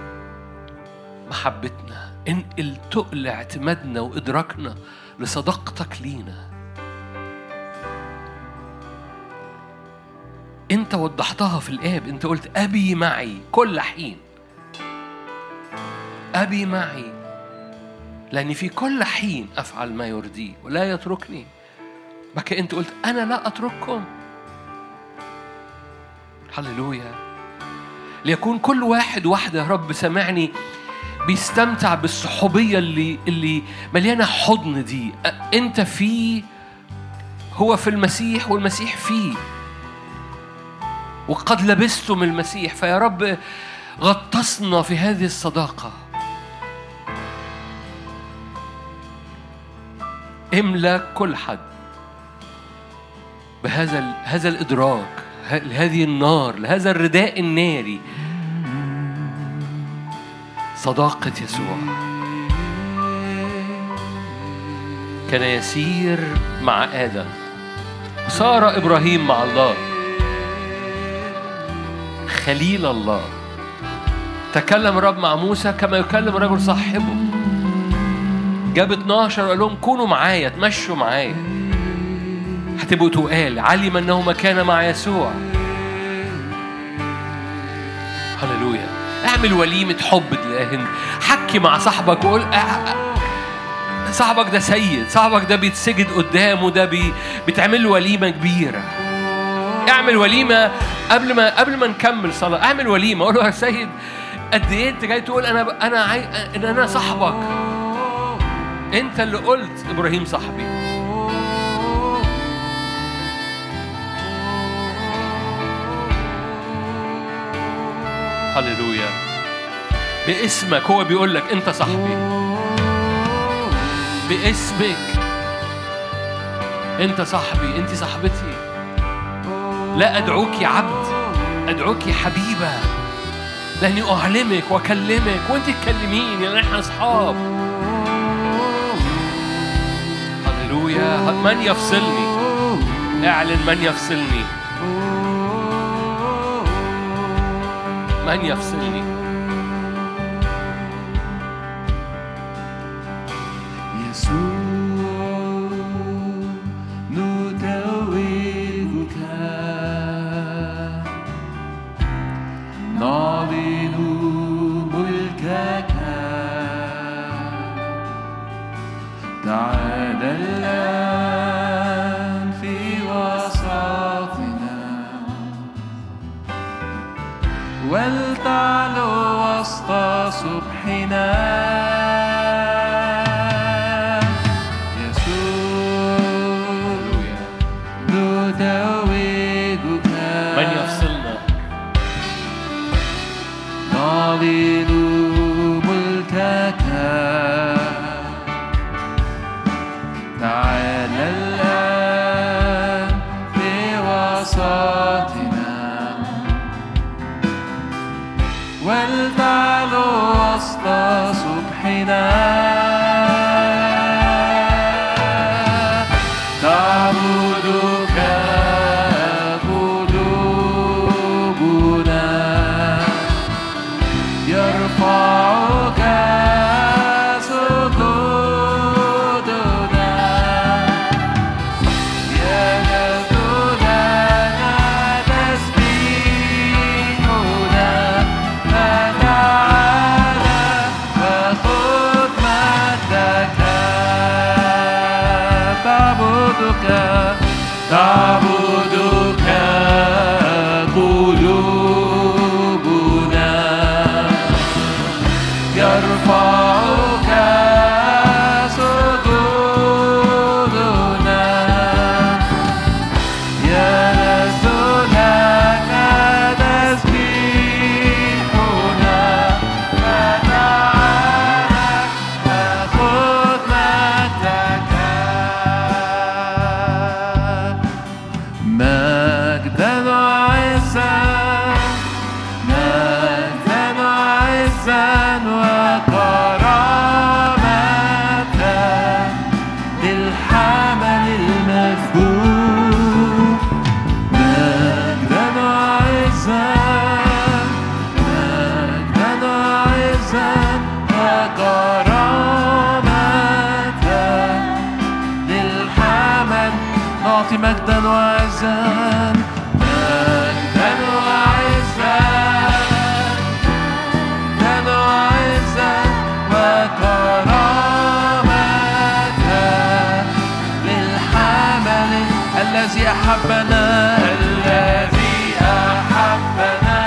محبتنا، انقل تقل اعتمادنا وإدراكنا لصداقتك لينا. انت وضحتها في الآب. انت قلت أبي معي كل حين. أبي معي لأني في كل حين أفعل ما يرضيه ولا يتركني. بقى أنت قلت أنا لا أترككم. هللويا. ليكون كل واحد واحدة يا رب سامعني بيستمتع بالصحوبية اللي اللي مليانة حضن دي. أنت فيه، هو في المسيح والمسيح فيه، وقد لبستم المسيح. فيا رب غطسنا في هذه الصداقة. املأ كل حد بهذا هذا الإدراك، هذه النار، لهذا الرداء الناري، صداقة يسوع. كان يسير مع آدم، صار إبراهيم مع الله خليل الله. تكلم الرب مع موسى كما يكلم رجل صاحبه. جاب اتناشر وقال لهم كونوا معايا، تمشوا معايا، هتبقوا تقال. علم أنه ما كان مع يسوع. هللويا. اعمل وليمة حب دلهن. حكي مع صاحبك وقول صاحبك ده سيد، صاحبك ده بيتسجد قدامه، ده بي... بتعمل وليمة كبيرة. اعمل وليمة قبل ما قبل ما نكمل صلاة. اعمل وليمة، قول له يا سيد قد ايه انت جاي تقول انا ب... انا عاي... ان انا صاحبك. انت اللي قلت ابراهيم صاحبي. هللويا. باسمك هو بيقول لك انت صاحبي، باسمك انت صاحبي، انت صاحبتي. لا ادعوك عبد، ادعوك حبيبة، لاني اعلمك واكلمك وانت تكلميني، لان احنا اصحاب. هللويا. من يفصلني؟ اعلن من يفصلني، من يفصلني. يسوع نتوجك، نعلن ملكك. تعالى الآن في وسطنا، ولتعلو وسط صبحنا. يسوع نتوجك، من يفصلنا؟ نعلن ملكك. تعالى الآن في وسطنا، ولتعلو وسط صبحنا. تعبدك قلوبنا، يرفعك سجودنا، يجد لنا تسبيحنا. فتعالى وخذ مجدك. تعبدك تعبدك قلوبنا، يرفعك سجودنا، يلذ لك تسبيحنا. فتعالى وخذ مجدك. مجدا وعزا، مجدا وعزا وكرامة للحمل المفدود. مجدا وعزا، مجدا وعزا وكرامة للحمل. نعطي مجدا وعزا، مجدا وعزا، مجدا وعزا وكرامة للحمل أحبنا الذي أحبنا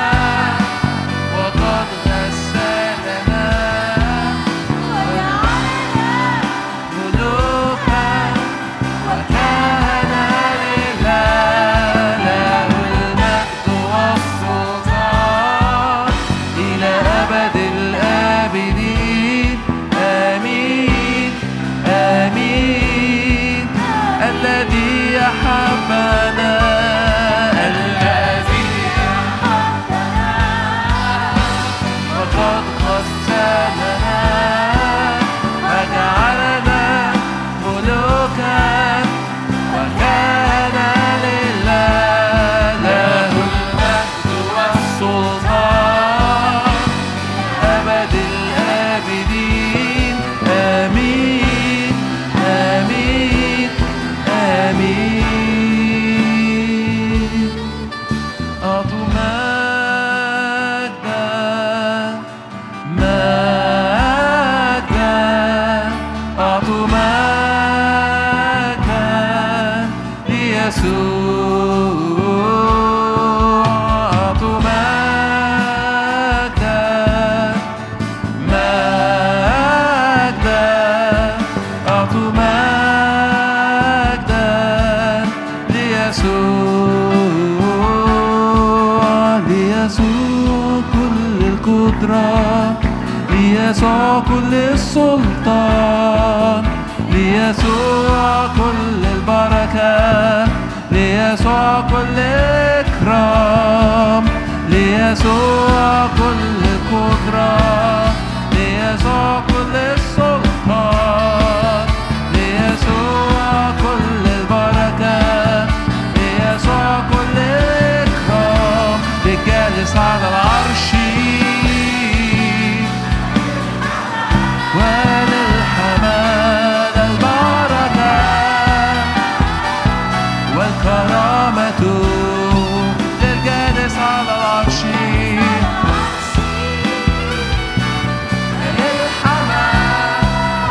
وقد غسلنا ملوكا وكهنة لله له المجد والسلطان إلى أبد الآبدين آمين آمين الذي أحبنا الذي أحبنا وقد غسلنا وجعلنا ملوكا وكان لله له المجد والسلطان أبد الآبدين آمين آمين آمين أعطوا مجدا مجدا أعطوا مجدا ليسوع أعطوا مجدا مجدا أعطوا مجدا ليسوع ليسوع كل القدرة ليسوع كل السلطان ليسوع كل البركة ليسوع كل إكرام ليسوع كل القدرة ليسوع كل السلطان ليسوع كل البركة ليسوع كل إكرام للجالس على العرش وللحمال البركة والكرامة للجالس على العرش للحمال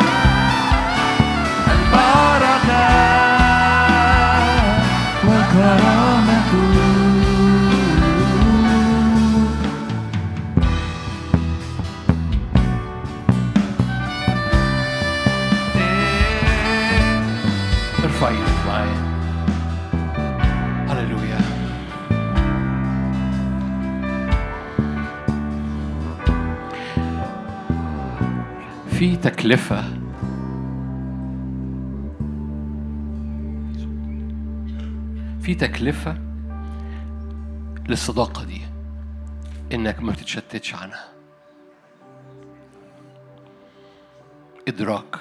البركة والكرامة ارفع ايدك معايا. هللويا. في تكلفة في تكلفة للصداقة دي إنك ما بتتشتتش عنها. إدراك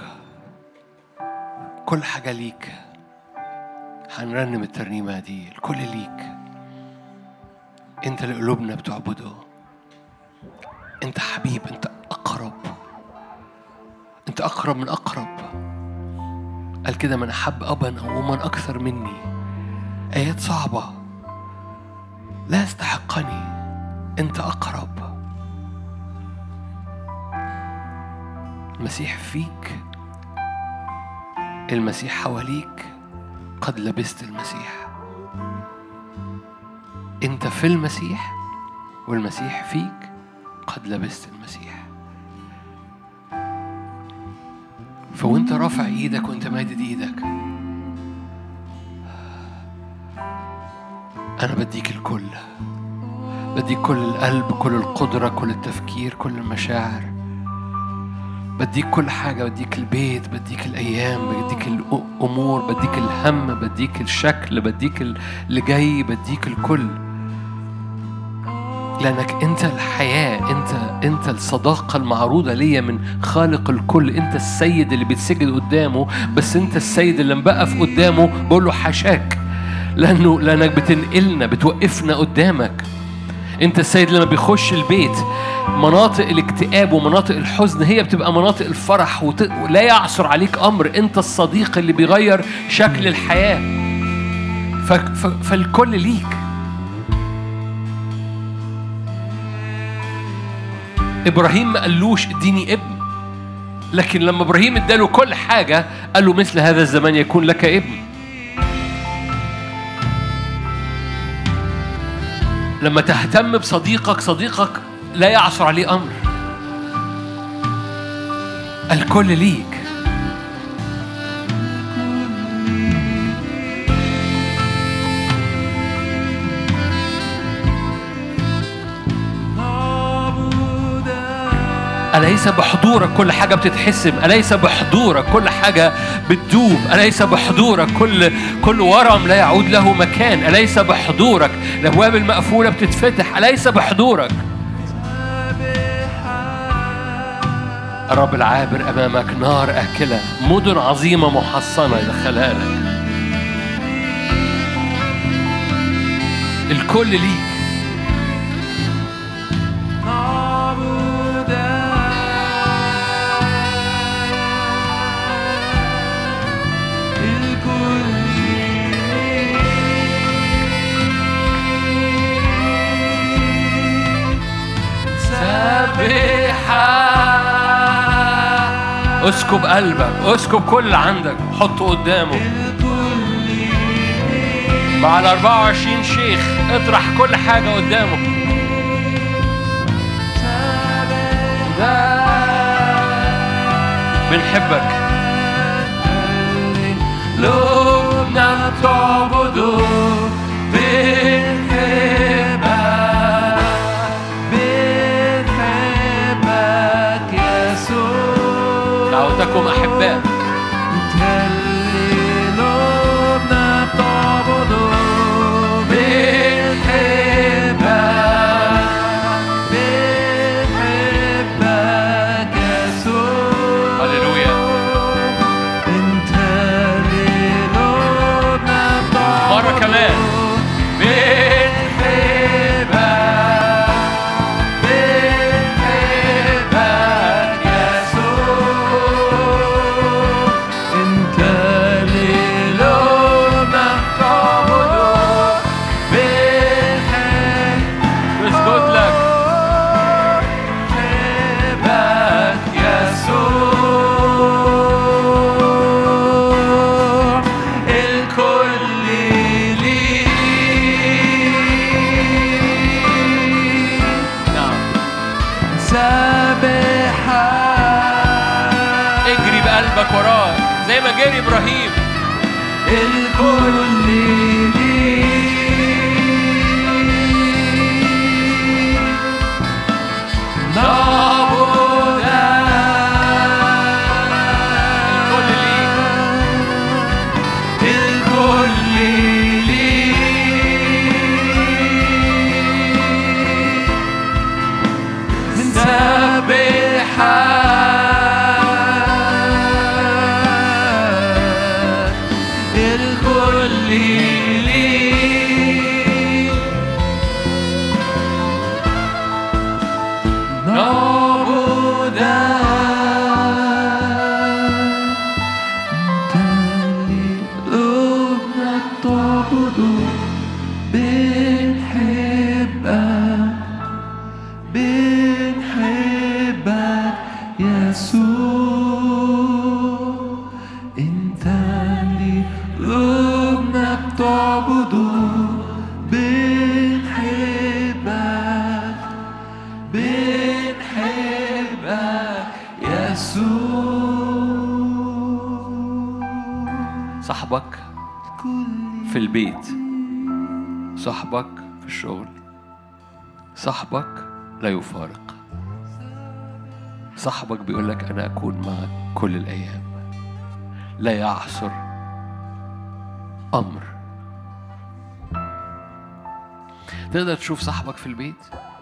كل حاجة ليك. هنرنم الترنيمة دي، الكل ليك. أنت اللي قلوبنا بتعبده. أنت حبيب، أنت أقرب، أنت أقرب من أقرب. قال كده: من أحب أبا أو أما أكثر مني. آيات صعبة لا يستحقني، أنت أقرب. المسيح فيك، المسيح حواليك، قد لبست المسيح. أنت في المسيح والمسيح فيك، قد لبست المسيح. فوانت رافع ايدك وانت مادد ايدك، انا بديك الكل، بديك كل القلب، كل القدرة، كل التفكير، كل المشاعر. بديك كل حاجة، بديك البيت، بديك الأيام، بديك الأمور، بديك الهم، بديك الشكل، بديك اللي جاي، بديك الكل. لأنك أنت الحياة، أنت أنت الصداقة المعروضة ليا من خالق الكل. أنت السيد اللي بيتسجد قدامه، بس أنت السيد اللي مبقف قدامه بقول له حاشاك، لأنه لأنك بتنقلنا، بتوقفنا قدامك. أنت السيد لما بيخش البيت، مناطق الاكتئاب ومناطق الحزن هي بتبقى مناطق الفرح، وت... ولا يعثر عليك أمر. أنت الصديق اللي بيغير شكل الحياة. ف... ف... فالكل ليك. إبراهيم ما قالوش اديني ابن، لكن لما إبراهيم اداله كل حاجة قال له مثل هذا الزمان يكون لك ابن. لما تهتم بصديقك، صديقك لا يعثر عليه أمر. الكل ليك. أليس بحضورك كل حاجة بتتحسم؟ أليس بحضورك كل حاجة بتدوب؟ أليس بحضورك كل كل ورم لا يعود له مكان؟ أليس بحضورك الأبواب المقفولة بتتفتح؟ أليس بحضورك الرب العابر أمامك نار آكلة، مدن عظيمة محصنة يدخلها لك. الكل ليك. اسكب قلبك، اسكب كل اللي عندك، حطه قدامه مع ال أربعة وعشرين شيخ. اطرح كل حاجة قدامه. بنحبك لبنا تعبده، بنحبك بنحبك يسوع. دعوتكم أحباء. لبنا تعبده، بنحبك بنحبك يسوع. هللويا. انت للبنا تعبده. مرة كمان. وراء زي ما جري إبراهيم. الكل ليك نعبدك. الكل ليك، الكل ليك نسبحك. صاحبك في البيت، صاحبك في الشغل، صاحبك لا يفارق. صاحبك بيقولك أنا أكون معك كل الأيام، لا يعثر أمر. تقدر تشوف صاحبك في البيت؟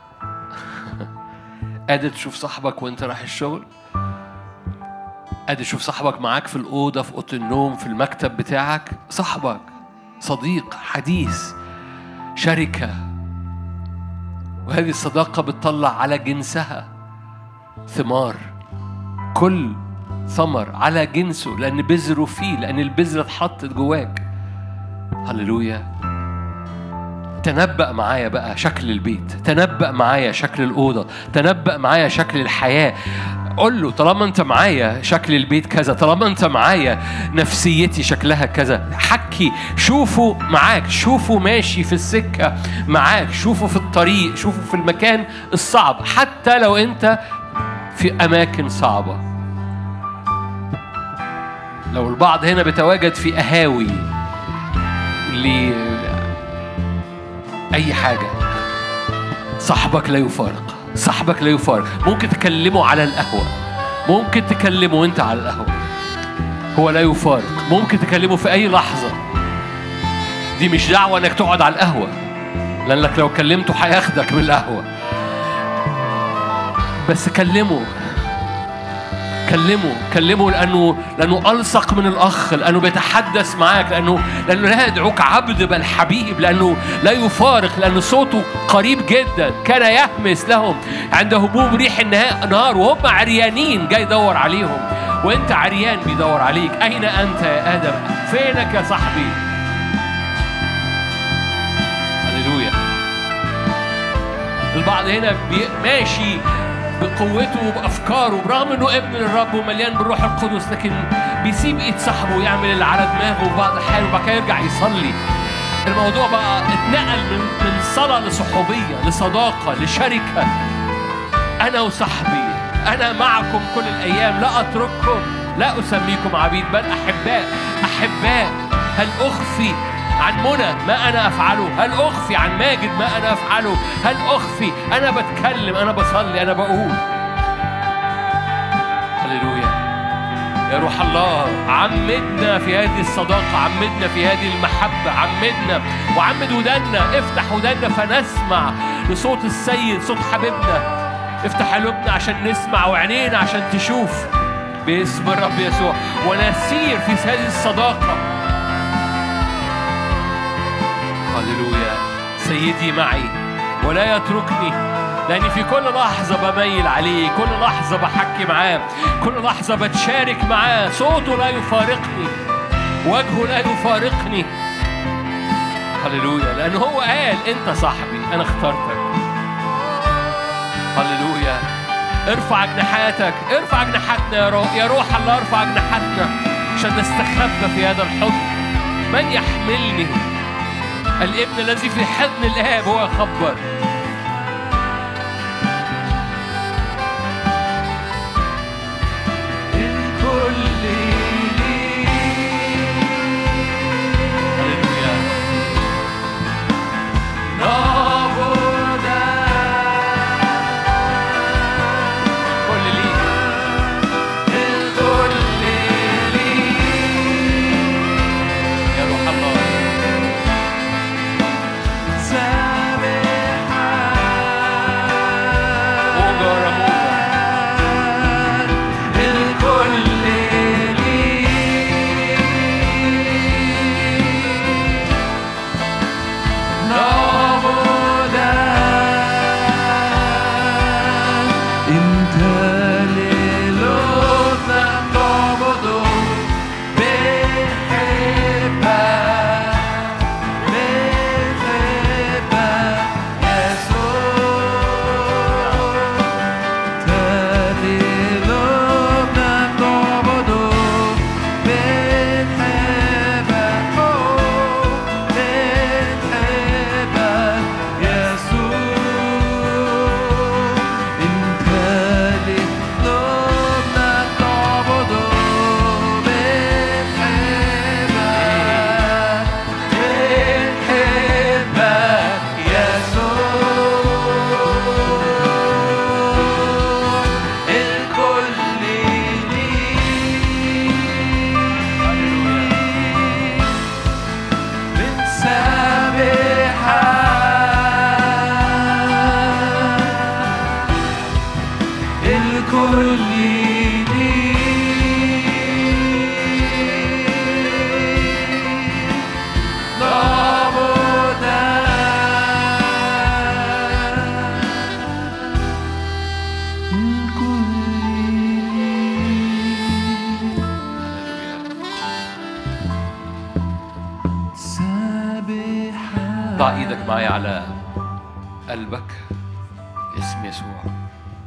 قادر تشوف صاحبك وانت رايح الشغل؟ قادر تشوف صاحبك معاك في الأوضة، في أوضة النوم، في المكتب بتاعك؟ صاحبك صديق حديث، شركة، وهذه الصداقة بتطلع على جنسها ثمار، كل ثمر على جنسه، لأن بذره فيه، لأن البذرة اتحطت جواك. هللويا. تنبأ معايا بقى شكل البيت، تنبأ معايا شكل الأوضة، تنبأ معايا شكل الحياة. قول له طالما انت معايا شكل البيت كذا، طالما انت معايا نفسيتي شكلها كذا. حكي، شوفه معاك، شوفه ماشي في السكة معاك، شوفه في الطريق، شوفه في المكان الصعب، حتى لو انت في أماكن صعبة. لو البعض هنا بيتواجد في أهاوي لأي حاجة، صاحبك لا يفارق، صاحبك لا يفارق. ممكن تكلمه على القهوة، ممكن تكلمه وانت على القهوة، هو لا يفارق. ممكن تكلمه في أي لحظة. دي مش دعوة انك تقعد على القهوة، لأنك لو كلمته هياخدك من القهوة. بس كلمه، كلمه كلمه لأنه لأنه ألصق من الأخ، لأنه بيتحدث معاك، لأنه لأنه لا يدعوك عبد بل حبيب، لأنه لا يفارق، لأنه صوته قريب جدا. كان يهمس لهم عند هبوب ريح النهار وهم عريانين، جاي يدور عليهم وأنت عريان بيدور عليك. أين أنت يا آدم؟ فينك يا صاحبي؟ هللويا. البعض هنا ماشي بقوته وبأفكاره برغم أنه ابن الرب ومليان بالروح القدس، لكن بيسيب إيد صاحبه ويعمل اللي على دماغه وبعض الحال وبعد كده يرجع يصلي. الموضوع بقى اتنقل من من صلاة لصحوبية، لصداقة، لشركة. أنا وصاحبي، أنا معكم كل الأيام، لا أترككم، لا أسميكم عبيد بل أحباء. أحباء. هل أخفي عن منى ما أنا أفعله؟ هل أخفي عن ماجد ما أنا أفعله؟ هل أخفي؟ أنا بتكلم، أنا بصلي، أنا بقول. هللويا. يا روح الله عمدنا في هذه الصداقة، عمدنا في هذه المحبة، عمدنا وعمد ودنا. افتح ودنا فنسمع لصوت السيد، صوت حبيبنا. افتح قلوبنا عشان نسمع وعينينا عشان تشوف باسم الرب يسوع، ونسير في هذه الصداقة. هللويا. سيدي معي ولا يتركني، لأني في كل لحظة بميل عليه، كل لحظة بحكي معاه، كل لحظة بتشارك معاه. صوته لا يفارقني، وجهه لا يفارقني. هللويا. لأنه هو قال أنت صاحبي، أنا اخترتك. هللويا. ارفع جناحاتك، ارفع جناحاتنا يا روح، يا روح الله ارفع جناحاتنا عشان نستخبى في هذا الحضن. من يحملني؟ الابن الذي في حضن الآب هو خبر. الكل لي. هللويا. نعبد الكل لي، الكل لي يا روح الله. ضع ايدك معايا على قلبك. اسم يسوع،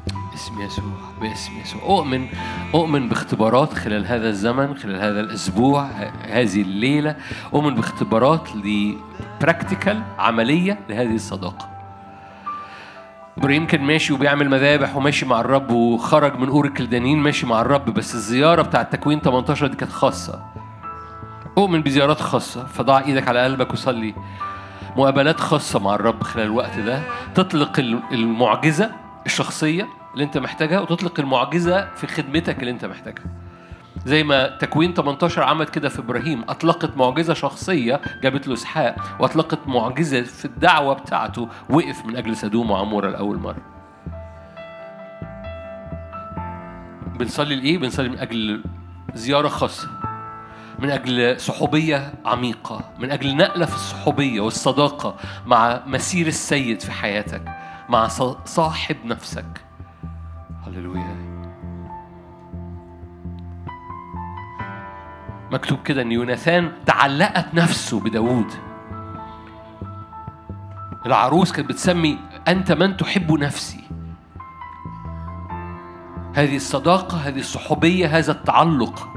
باسم يسوع، باسم يسوع. أؤمن أؤمن باختبارات خلال هذا الزمن، خلال هذا الأسبوع، هذه الليلة. أؤمن باختبارات لبراكتيكال عملية لهذه الصداقة. إبراهيم كان ماشي وبيعمل مذابح وماشي مع الرب، وخرج من أور الكلدانيين ماشي مع الرب، بس الزيارة بتاعة تكوين ثمانية عشر دي كانت خاصة. أؤمن بزيارات خاصة، فضع إيدك على قلبك وصلي مقابلات خاصة مع الرب خلال الوقت ده، تطلق المعجزة الشخصية اللي أنت محتاجها، وتطلق المعجزة في خدمتك اللي أنت محتاجها. زي ما تكوين ثمانية عشر عملت كده في إبراهيم، أطلقت معجزة شخصية جابت له إسحاق، وأطلقت معجزة في الدعوة بتاعته، وقف من أجل سدوم وعمورة لأول مرة. بنصلي لإيه؟ بنصلي من أجل زيارة خاصة، من أجل صحوبية عميقة، من أجل نقلة في الصحوبية والصداقة مع مسير السيد في حياتك، مع صاحب نفسك. هللويا. مكتوب كده أن يوناثان تعلقت نفسه بداود. العروس كانت بتسمي أنت من تحب نفسي. هذه الصداقة، هذه الصحوبية، هذا التعلق.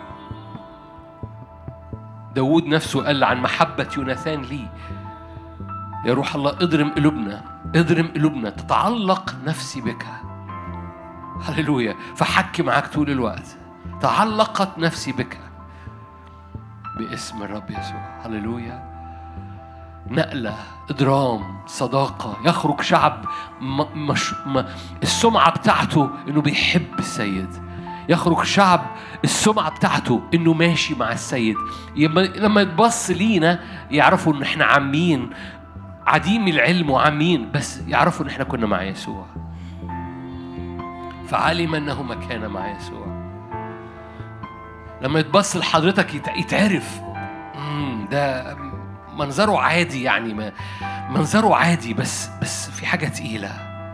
داود نفسه قال عن محبة يوناثان لي، يا روح الله اضرم قلوبنا، اضرم قلوبنا، تتعلق نفسي بك. هللويا. فحكي معاك طول الوقت، تعلقت نفسي بك باسم الرب يسوع. هللويا. نقلة، إدرام، صداقة. يخرج شعب مش م... السمعة بتاعته إنه بيحب السيد. يخرج شعب السمعة بتاعته إنه ماشي مع السيد. لما يتبص لينا يعرفوا إن إحنا عامين، عديم العلم وعامين، بس يعرفوا إن إحنا كنا مع يسوع. فعلم أنه ما كان مع يسوع. لما يتبص لحضرتك يتعرف ده منظره عادي، يعني ما منظره عادي، بس بس في حاجة تقيلة،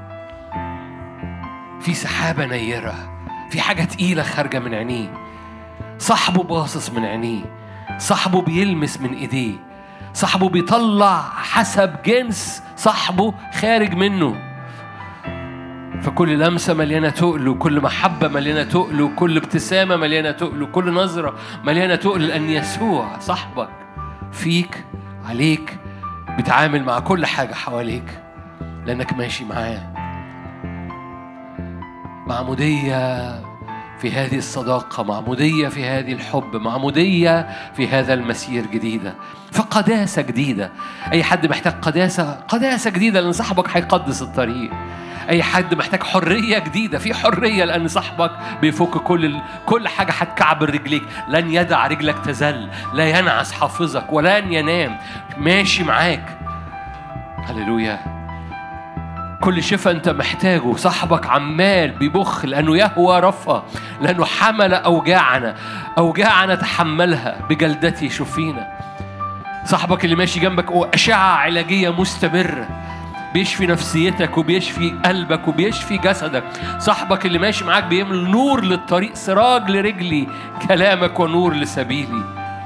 في سحابة نيرة، في حاجة تقيلة خارجة من عينيه. صاحبه باصص من عينيه، صاحبه بيلمس من ايديه، صاحبه بيطلع حسب جنس صاحبه خارج منه. فكل لمسة مليانة تقل، كل محبة مليانة تقل، كل ابتسامة مليانة تقل، كل نظرة مليانة تقل، لأن يسوع صاحبك فيك، عليك، بيتعامل مع كل حاجة حواليك لأنك ماشي معاه. معمودية في هذه الصداقة، معمودية في هذه الحب، معمودية في هذا المسير جديدة، فقداسة جديدة. أي حد محتاج قداسة، قداسة جديدة لأن صاحبك هيقدس الطريق. أي حد محتاج حرية جديدة، في حرية لأن صاحبك بيفك كل ال... كل حاجة هتكعبل رجليك. لن يدع رجلك تزل، لا ينعس حافظك ولن ينام، ماشي معاك. هللويا. كل شفاء أنت محتاجه صاحبك عمال بيبخ، لأنه يهوى رفا، لأنه حمل أوجاعنا، أوجاعنا تحملها بجلدته شفينا. صاحبك اللي ماشي جنبك هو أشعة علاجية مستمرة، بيشفي نفسيتك وبيشفي قلبك وبيشفي جسدك. صاحبك اللي ماشي معاك بيعمل نور للطريق، سراج لرجلي، كلامك ونور لسبيلي.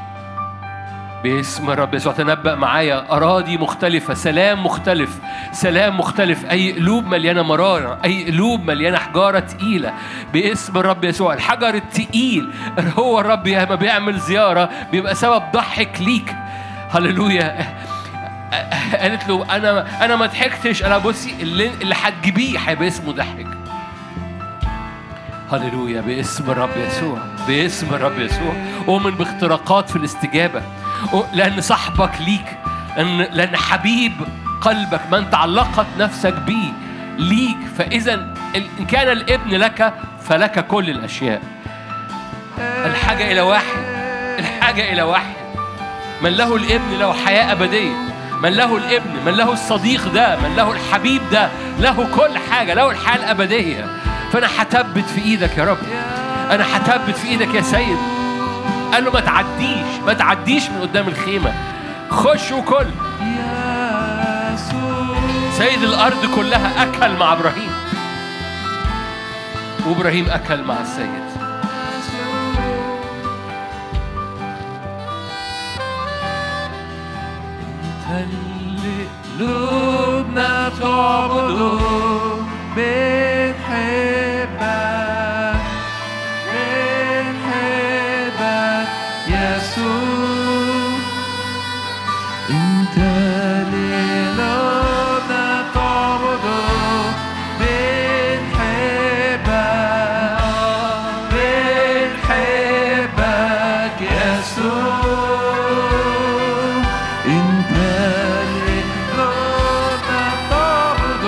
باسم الرب يسوع تنبأ معايا أراضي مختلفة، سلام مختلف، سلام مختلف. أي قلوب مليانة مرارة، أي قلوب مليانة حجارة تقيلة، باسم الرب يسوع. الحجر التقيل هو الرب لما بيعمل زيارة بيبقى سبب ضحك ليك. هللويا. قالت له أنا أنا ما ضحكتش، أنا بصي اللي اللي هتجيبيه هيبقى اسمه ضحك. هللويا. باسم الرب يسوع، باسم الرب يسوع. أؤمن باختراقات في الاستجابة، لأن صاحبك ليك، لأن لأن حبيب قلبك من تعلقت نفسك بيه ليك. فإذا إن كان الابن لك فلك كل الأشياء. الحاجة إلى واحد، الحاجة إلى واحد. من له الابن له حياة أبدية، من له الابن، من له الصديق ده، من له الحبيب ده، له كل حاجة، له الحياة الأبدية. فأنا هثبت في إيدك يا رب، أنا هثبت في إيدك يا سيد. قال له ما تعديش، ما تعديش من قدام الخيمة، خش وكل. سيد الأرض كلها أكل مع إبراهيم، وإبراهيم أكل مع السيد. قلوبنا تعبد بنحب يسوع أنت ليلنا تعبد بنحبك بنحبك يسوع أنت ليلنا تعبد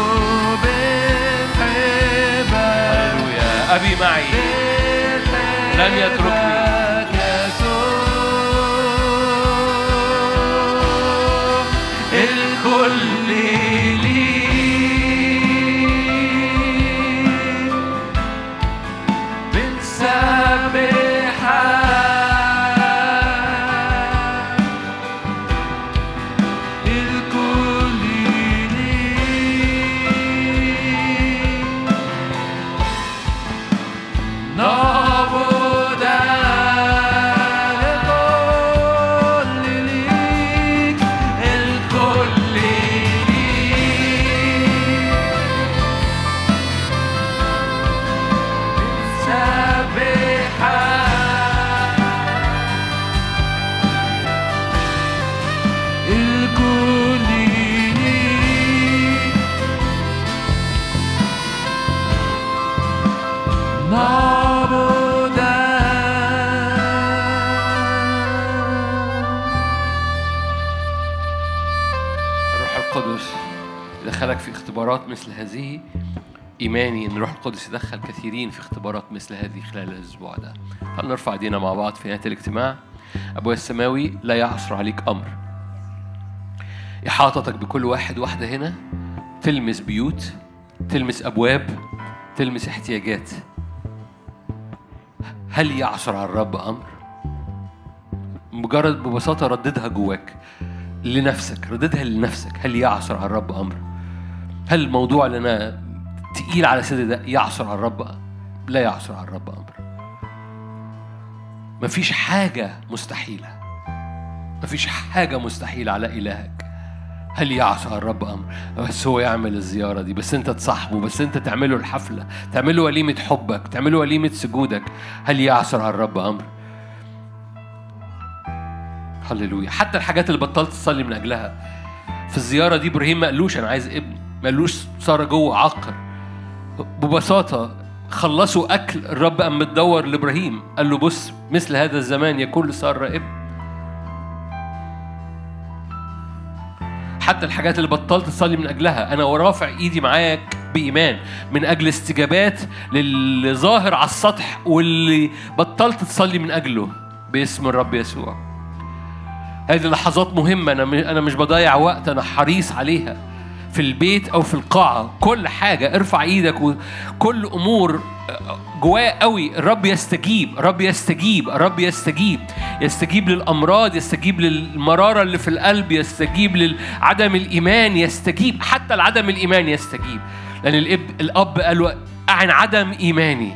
بنحبك هللويا. أبي معي لن يتركني. الكل ليك بنسبحك الكل ليك نعبدك الكل ليك الكل يدخلك في اختبارات مثل هذه. إيماني إن الروح القدس يدخل كثيرين في اختبارات مثل هذه خلال الأسبوع ده. هل نرفع ايدينا مع بعض في نهاية الاجتماع؟ أبويا السماوي، لا يعصر عليك أمر. إحاطتك بكل واحد واحدة هنا تلمس بيوت، تلمس أبواب، تلمس احتياجات. هل يعصر على الرب أمر؟ مجرد ببساطة رددها جواك لنفسك، رددها لنفسك. هل يعصر على الرب أمر؟ هل الموضوع اللي أنا تقيل على صدري ده يعصر على الرب؟ لا يعصر على الرب أمر. مفيش حاجة مستحيلة، مفيش حاجة مستحيلة على إلهك. هل يعصر على الرب أمر؟ بس هو يعمل الزيارة دي، بس أنت تصاحبه، بس أنت تعمله الحفلة، تعمله وليمة حبك، تعمله وليمة سجودك. هل يعصر على الرب أمر؟ هللويا. حتى الحاجات اللي بطلت تصلي من أجلها في الزيارة دي، إبراهيم ما قالوش أنا عايز ابن، ما قالوش سارة جوه عقر. ببساطة خلصوا أكل، الرب قام متدور لإبراهيم قال له بص، مثل هذا الزمان يكون لسارة ابن. حتى الحاجات اللي بطلت تصلي من أجلها، أنا ورافع إيدي معاك بإيمان من أجل استجابات للي ظاهر على السطح واللي بطلت تصلي من أجله باسم الرب يسوع. هذه لحظات مهمة، أنا أنا مش بضيع وقت، أنا حريص عليها في البيت أو في القاعة. كل حاجة ارفع إيدك، وكل أمور جوايا قوي. الرب يستجيب، الرب يستجيب، الرب يستجيب. يستجيب للأمراض، يستجيب للمرارة اللي في القلب، يستجيب لعدم الإيمان، يستجيب حتى لعدم الإيمان يستجيب. لأن الأب الأب قال له عن عدم إيماني.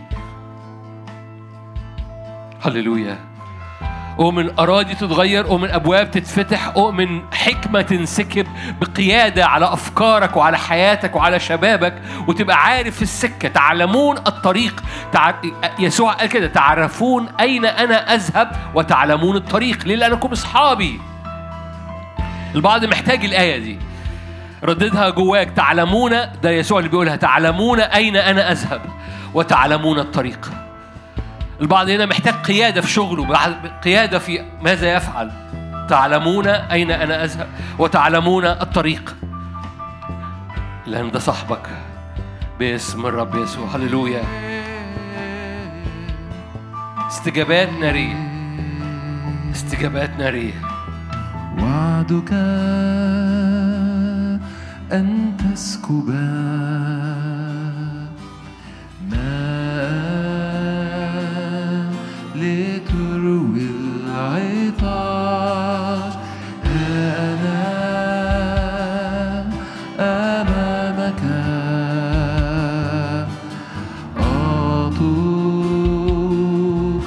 هللويا. أؤمن أراضي تتغير، أؤمن أبواب تتفتح، أؤمن حكمة تنسكب بقيادة على أفكارك وعلى حياتك وعلى شبابك، وتبقى عارف السكة. تعلمون الطريق. تع... يسوع قال كده، تعرفون أين أنا أذهب وتعلمون الطريق. ليه؟ لأنكم أصحابي. البعض محتاج الآية دي، رددها جواك. تعلمون، ده يسوع اللي بيقولها، تعلمون أين أنا أذهب وتعلمون الطريق. البعض هنا محتاج قيادة في شغله، قيادة في ماذا يفعل. تعلمون أين أنا أذهب وتعلمون الطريق، لأن ده صاحبك باسم الرب يسوع. هللويا. استجابات نارية، استجابات نارية. وعدك أن تسكب لتروي العطاش. أنا أمامك أطوف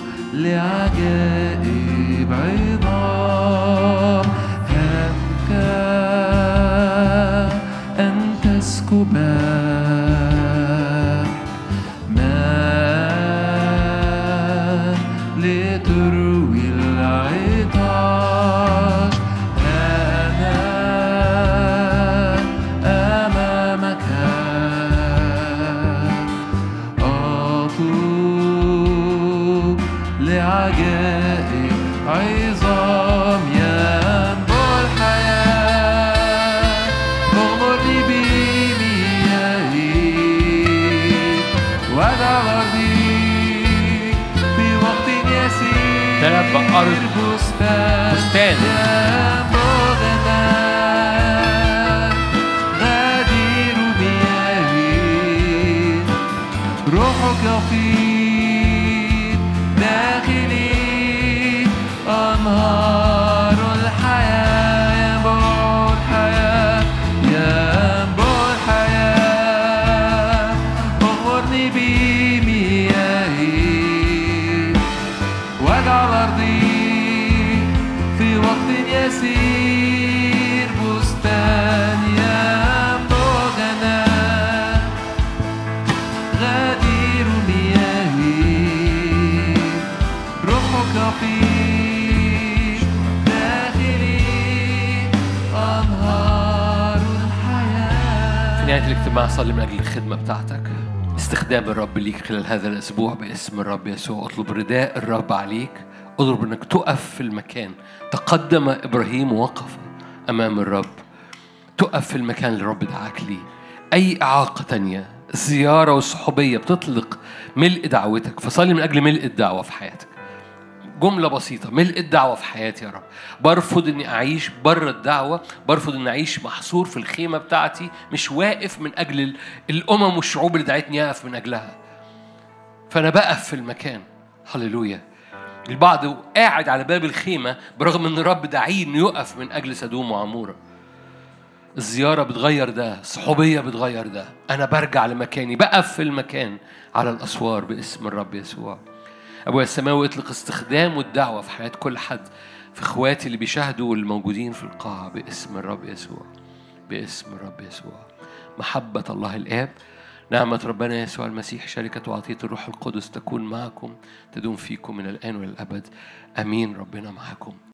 لعجائب عظام. همك أن تسكب عجائب عظام ينبوع الحياة اغمرني بمياهي واجعل أرضي في وقت يسير تنبأ أرض بستان بستان ينبوع غناء غدير مياهي روحك يفيض داخلي أنهار الحياة ينبوع الحياة ينبوع الحياة اغمرني بمياهي واجعل أرضي في وقت يسير بستان ينبوع غناء غدير مياهي روحك في داخلي أنهار الحياة. في نهاية الاجتماع صلي من أجل الخدمة بتاعتك، استخدام الرب ليك خلال هذا الأسبوع باسم الرب يسوع. اطلب رداء الرب عليك، اطلب انك تقف في المكان. تقدم إبراهيم ووقف أمام الرب. تقف في المكان اللي الرب دعاك ليه. أي إعاقة تانية، الزيارة والصحوبية بتطلق ملء دعوتك، فصلي من أجل ملء الدعوة في حياتك. جملة بسيطة، ملء الدعوة في حياتي يا رب. برفض أني أعيش بره الدعوة، برفض أني أعيش محصور في الخيمة بتاعتي، مش واقف من أجل الأمم والشعوب اللي دعيتني أقف من أجلها. فأنا بقف في المكان. هللويا. البعض قاعد على باب الخيمة برغم أن الرب دعيه أنه يقف من أجل سدوم وعمورة. الزيارة بتغير ده، الصحوبية بتغير ده. أنا برجع لمكاني، بقف في المكان على الأسوار باسم الرب يسوع. أبويا السماوي اطلق استخدام والدعوة في حياة كل حد، في إخواتي اللي بيشاهدوا والموجودين في القاعة باسم الرب يسوع. باسم الرب يسوع. محبة الله الآب، نعمة ربنا يسوع المسيح، شركة وعطية الروح القدس تكون معكم، تدوم فيكم من الآن والأبد. أمين. ربنا معكم.